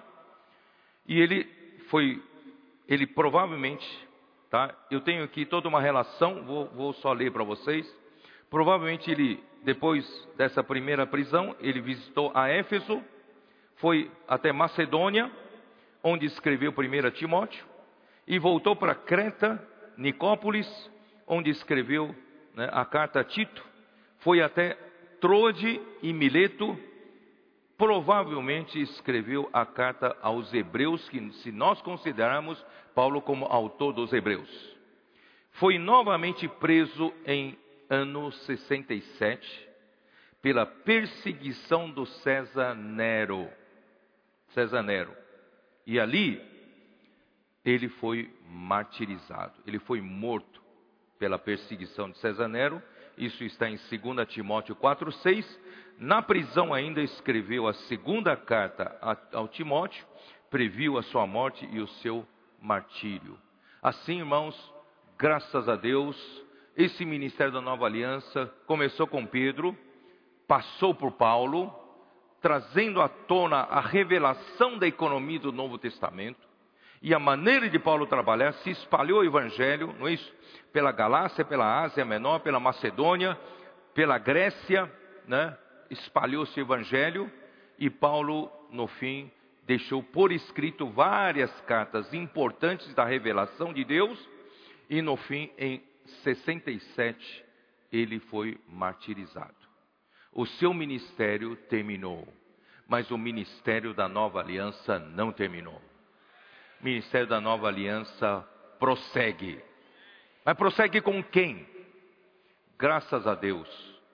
E ele foi, ele provavelmente, tá? Eu tenho aqui toda uma relação, vou, vou só ler para vocês. Provavelmente ele, depois dessa primeira prisão, ele visitou a Éfeso, foi até Macedônia, onde escreveu primeiro Timóteo, e voltou para Creta, Nicópolis, onde escreveu, né, a carta a Tito, foi até Troade e Mileto, provavelmente escreveu a carta aos Hebreus, que se nós considerarmos Paulo como autor dos Hebreus. Foi novamente preso em ano sessenta e sete, pela perseguição do César Nero. César Nero. E ali, ele foi martirizado. Ele foi morto pela perseguição de César Nero. Isso está em dois Timóteo quatro, seis. Na prisão ainda escreveu a segunda carta ao Timóteo, previu a sua morte e o seu martírio. Assim, irmãos, graças a Deus, esse ministério da Nova Aliança começou com Pedro, passou por Paulo, trazendo à tona a revelação da economia do Novo Testamento, e a maneira de Paulo trabalhar, se espalhou o Evangelho, não é isso? Pela Galácia, pela Ásia Menor, pela Macedônia, pela Grécia, né? Espalhou-se o Evangelho, e Paulo, no fim, deixou por escrito várias cartas importantes da revelação de Deus, e no fim, em sessenta e sete, ele foi martirizado. O seu ministério terminou, mas o ministério da Nova Aliança não terminou. O ministério da Nova Aliança prossegue. Mas prossegue com quem? Graças a Deus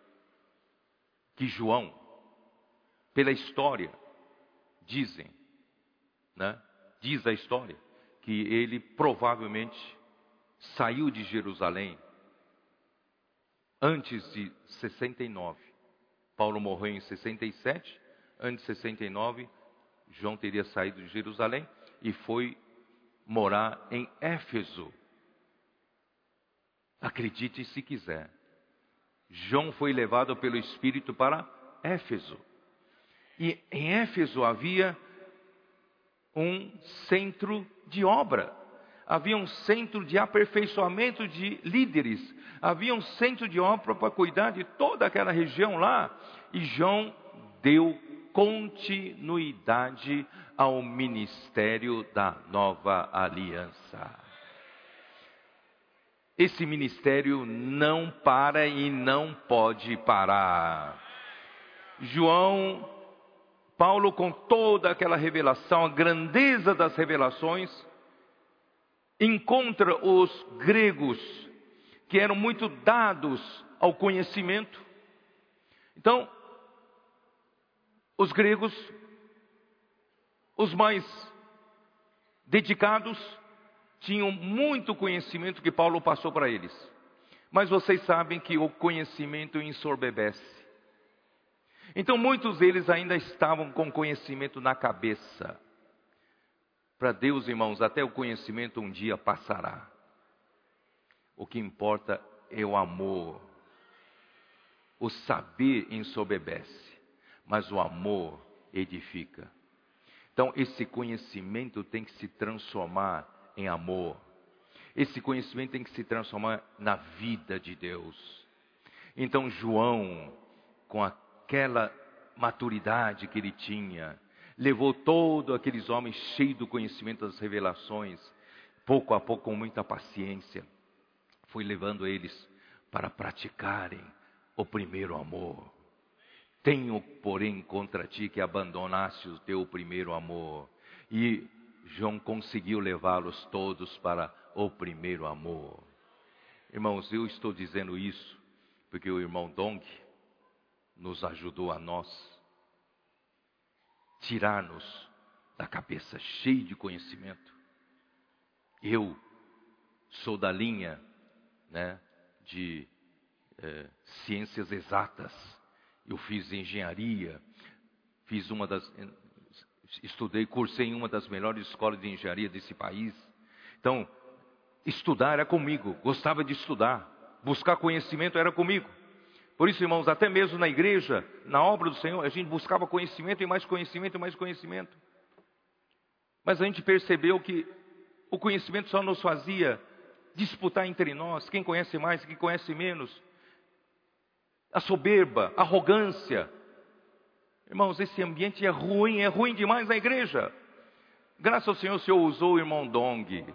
que João, pela história, dizem, né? Diz a história, que ele provavelmente saiu de Jerusalém antes de sessenta e nove. Paulo morreu em sessenta e sete, antes de sessenta e nove, João teria saído de Jerusalém e foi morar em Éfeso. Acredite se quiser. João foi levado pelo Espírito para Éfeso. E em Éfeso havia um centro de obra. Havia um centro de aperfeiçoamento de líderes. Havia um centro de obra para cuidar de toda aquela região lá. E João deu continuidade ao ministério da Nova Aliança. Esse ministério não para e não pode parar. João, Paulo, com toda aquela revelação, a grandeza das revelações, encontra os gregos que eram muito dados ao conhecimento. Então, os gregos, os mais dedicados, tinham muito conhecimento que Paulo passou para eles. Mas vocês sabem que o conhecimento ensoberbece. Então muitos deles ainda estavam com conhecimento na cabeça. Para Deus, irmãos, até o conhecimento um dia passará. O que importa é o amor. O saber ensoberbece, mas o amor edifica. Então esse conhecimento tem que se transformar em amor. Esse conhecimento tem que se transformar na vida de Deus. Então João, com aquela maturidade que ele tinha, levou todos aqueles homens cheios do conhecimento das revelações, pouco a pouco, com muita paciência, foi levando eles para praticarem o primeiro amor. Tenho, porém, contra ti que abandonaste o teu primeiro amor. E João conseguiu levá-los todos para o primeiro amor. Irmãos, eu estou dizendo isso porque o irmão Dong nos ajudou a nós tirar-nos da cabeça cheia de conhecimento. Eu sou da linha, né, de é, ciências exatas. Eu fiz engenharia, fiz uma das, estudei, cursei em uma das melhores escolas de engenharia desse país. Então, estudar era comigo, gostava de estudar, buscar conhecimento era comigo. Por isso, irmãos, até mesmo na igreja, na obra do Senhor, a gente buscava conhecimento e mais conhecimento e mais conhecimento. Mas a gente percebeu que o conhecimento só nos fazia disputar entre nós, quem conhece mais, quem conhece menos. A soberba, a arrogância. Irmãos, esse ambiente é ruim, é ruim demais na igreja. Graças ao Senhor, o Senhor usou o irmão Dong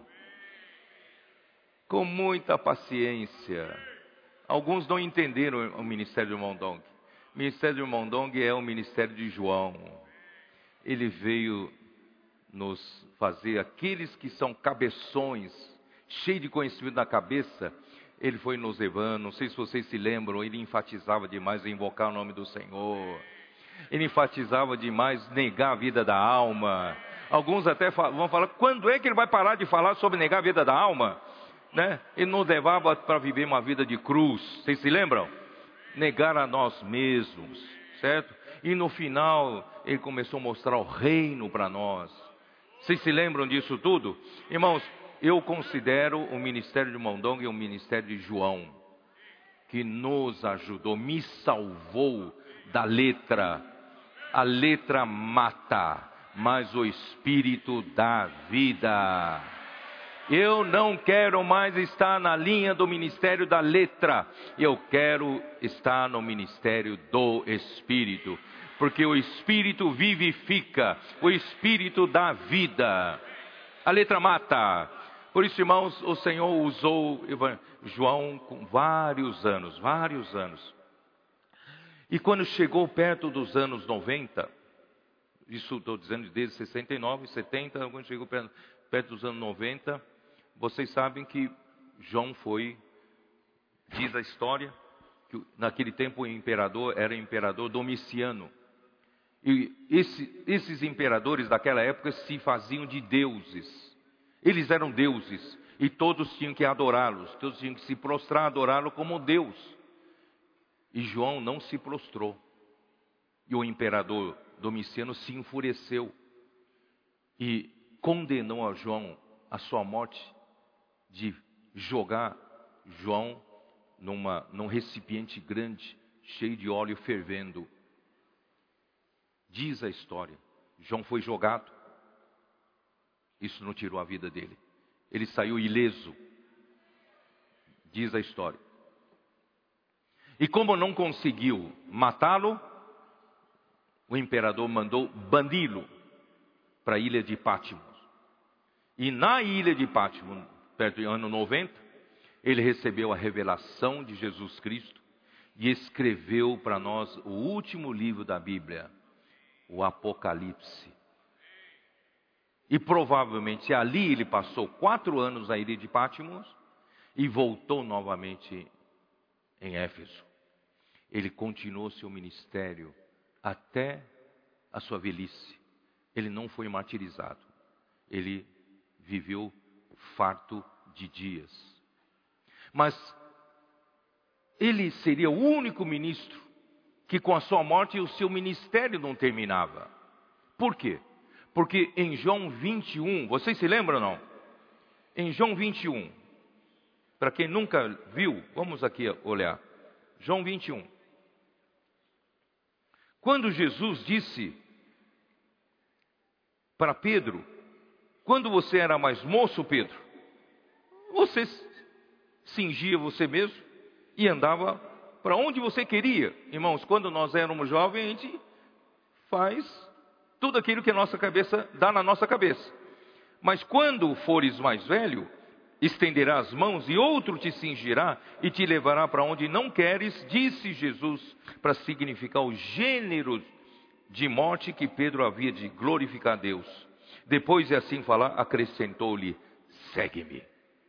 com muita paciência. Alguns não entenderam o ministério do irmão Dong. O ministério do irmão Dong é o ministério de João. Ele veio nos fazer, aqueles que são cabeções, cheios de conhecimento na cabeça, ele foi nos levando. Não sei se vocês se lembram, ele enfatizava demais em invocar o nome do Senhor. Ele enfatizava demais negar a vida da alma. Alguns até vão falar, quando é que ele vai parar de falar sobre negar a vida da alma? Né? Ele nos levava para viver uma vida de cruz. Vocês se lembram? Negar a nós mesmos, certo? E no final, ele começou a mostrar o reino para nós. Vocês se lembram disso tudo? Irmãos, eu considero o ministério de irmão Dong um ministério de João, que nos ajudou, me salvou da letra. A letra mata, mas o Espírito dá vida. Eu não quero mais estar na linha do ministério da letra. Eu quero estar no ministério do Espírito. Porque o Espírito vivifica, o Espírito dá vida. A letra mata. Por isso, irmãos, o Senhor usou João com vários anos, vários anos. E quando chegou perto dos anos noventa, isso estou dizendo desde sessenta e nove, setenta, quando chegou perto, perto dos anos noventa, vocês sabem que João foi, diz a história, que naquele tempo o imperador era o imperador Domiciano. E esse, esses imperadores daquela época se faziam de deuses. Eles eram deuses e todos tinham que adorá-los, todos tinham que se prostrar, adorá-lo como Deus. E João não se prostrou. E o imperador Domiciano se enfureceu e condenou a João à sua morte, de jogar João numa, num recipiente grande, cheio de óleo fervendo. Diz a história, João foi jogado. Isso não tirou a vida dele. Ele saiu ileso. Diz a história. E como não conseguiu matá-lo, o imperador mandou bani-lo para a ilha de Patmos. E na ilha de Patmos, perto do ano noventa, ele recebeu a revelação de Jesus Cristo e escreveu para nós o último livro da Bíblia, o Apocalipse. E provavelmente ali ele passou quatro anos na ilha de Patmos e voltou novamente em Éfeso. Ele continuou seu ministério até a sua velhice. Ele não foi martirizado. Ele viveu farto de dias. Mas ele seria o único ministro que com a sua morte o seu ministério não terminava. Por quê? Porque em João vinte e um, vocês se lembram ou não? Em João vinte e um, para quem nunca viu, vamos aqui olhar. João vinte e um. Quando Jesus disse para Pedro, quando você era mais moço, Pedro, você cingia você mesmo e andava para onde você queria. Irmãos, quando nós éramos jovens, a gente faz tudo aquilo que a nossa cabeça dá na nossa cabeça. Mas quando fores mais velho, estenderá as mãos e outro te cingirá e te levará para onde não queres, disse Jesus, para significar o gênero de morte que Pedro havia de glorificar a Deus. Depois de assim falar, acrescentou-lhe: segue-me.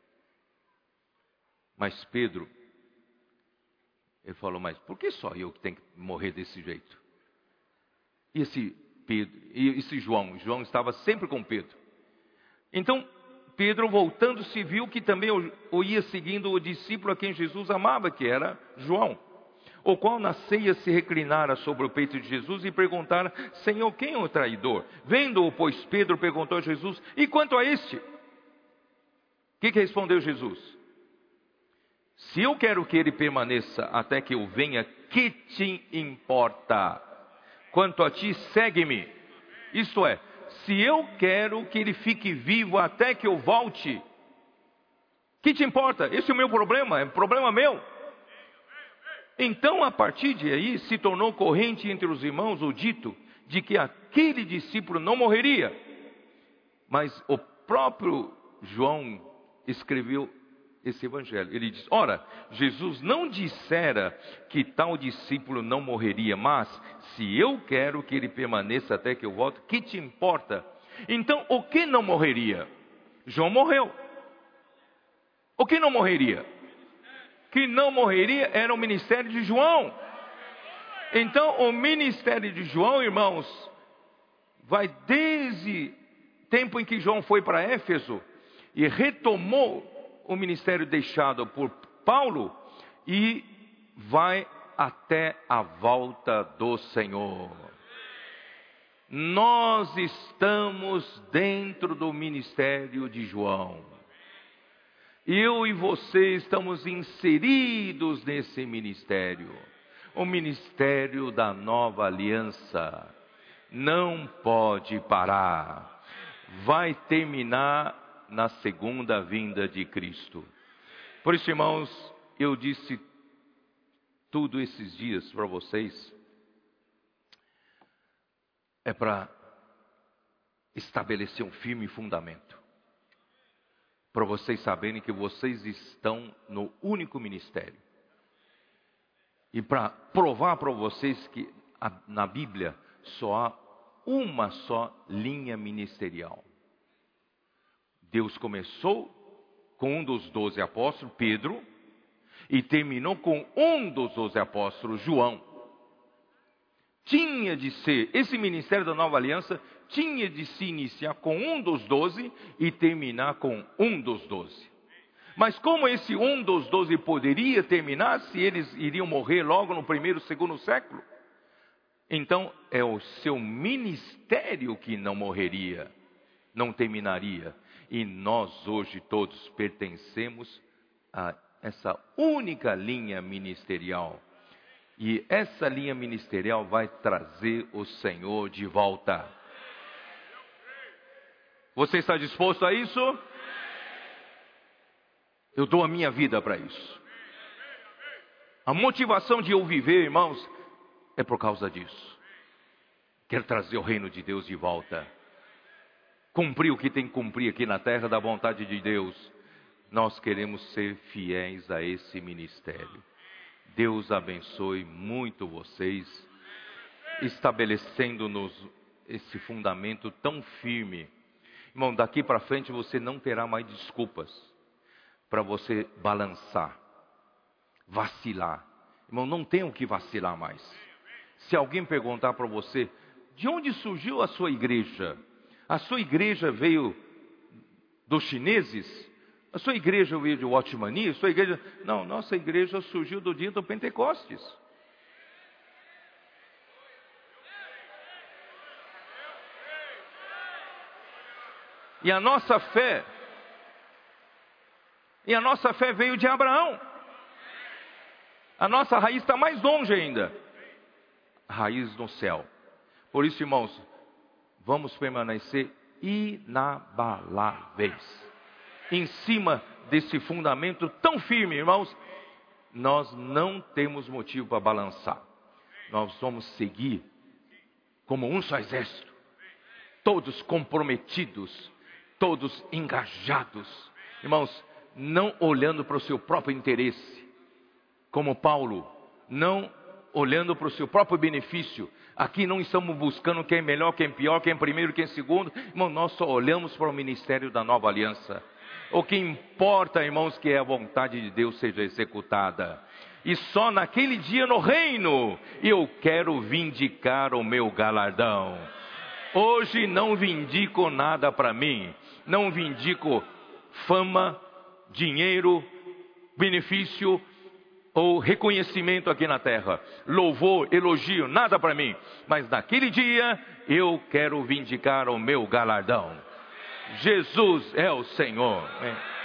Mas Pedro, ele falou: mas por que só eu que tenho que morrer desse jeito? E esse Pedro, e esse João, João estava sempre com Pedro. Então Pedro, voltando-se, viu que também o ia seguindo o discípulo a quem Jesus amava, que era João, o qual na ceia se reclinara sobre o peito de Jesus e perguntara: Senhor, quem é o traidor? Vendo-o, pois, Pedro perguntou a Jesus: e quanto a este? O que, que respondeu Jesus? Se eu quero que ele permaneça até que eu venha, que te importa? Quanto a ti, segue-me. Isto é, se eu quero que ele fique vivo até que eu volte, que te importa? Esse é o meu problema, é problema meu. Então, a partir de aí, se tornou corrente entre os irmãos o dito de que aquele discípulo não morreria. Mas o próprio João escreveu esse evangelho. Ele diz: ora, Jesus não dissera que tal discípulo não morreria, mas se eu quero que ele permaneça até que eu volte, que te importa? Então, o que não morreria? João morreu. O que não morreria? Que não morreria era o ministério de João. Então, o ministério de João, irmãos, vai desde tempo em que João foi para Éfeso e retomou o ministério deixado por Paulo e vai até a volta do Senhor. Nós estamos dentro do ministério de João. Eu e você estamos inseridos nesse ministério. O ministério da nova aliança não pode parar. Vai terminar na segunda vinda de Cristo. Por isso, irmãos, eu disse tudo esses dias para vocês, é para estabelecer um firme fundamento, para vocês saberem que vocês estão no único ministério, e para provar para vocês que a, na Bíblia só há uma só linha ministerial. Deus começou com um dos doze apóstolos, Pedro, e terminou com um dos doze apóstolos, João. Tinha de ser, esse ministério da nova aliança, tinha de se iniciar com um dos doze e terminar com um dos doze. Mas como esse um dos doze poderia terminar se eles iriam morrer logo no primeiro, segundo século? Então é o seu ministério que não morreria, não terminaria. E nós hoje todos pertencemos a essa única linha ministerial. E essa linha ministerial vai trazer o Senhor de volta. Você está disposto a isso? Eu dou a minha vida para isso. A motivação de eu viver, irmãos, é por causa disso. Quero trazer o reino de Deus de volta. Cumprir o que tem que cumprir aqui na terra da vontade de Deus. Nós queremos ser fiéis a esse ministério. Deus abençoe muito vocês, estabelecendo-nos esse fundamento tão firme. Irmão, daqui para frente você não terá mais desculpas para você balançar, vacilar. Irmão, não tem o que vacilar mais. Se alguém perguntar para você, de onde surgiu a sua igreja? A sua igreja veio dos chineses? A sua igreja veio de Watchmania? A sua igreja... Não, nossa igreja surgiu do dia do Pentecostes. E a nossa fé, e a nossa fé veio de Abraão. A nossa raiz está mais longe ainda. Raiz no céu. Por isso, irmãos, vamos permanecer inabaláveis em cima desse fundamento tão firme, irmãos, nós não temos motivo para balançar. Nós vamos seguir como um só exército, todos comprometidos, todos engajados, irmãos, não olhando para o seu próprio interesse, como Paulo, não olhando para o seu próprio benefício. Aqui não estamos buscando quem é melhor, quem é pior, quem é primeiro, quem é segundo. Irmão, nós só olhamos para o ministério da nova aliança. O que importa, irmãos, que a vontade de Deus seja executada. E só naquele dia no reino, eu quero vindicar o meu galardão. Hoje não vindico nada para mim. Não vindico fama, dinheiro, benefício ou reconhecimento aqui na terra, louvor, elogio, nada para mim, mas naquele dia eu quero vindicar o meu galardão. Jesus é o Senhor.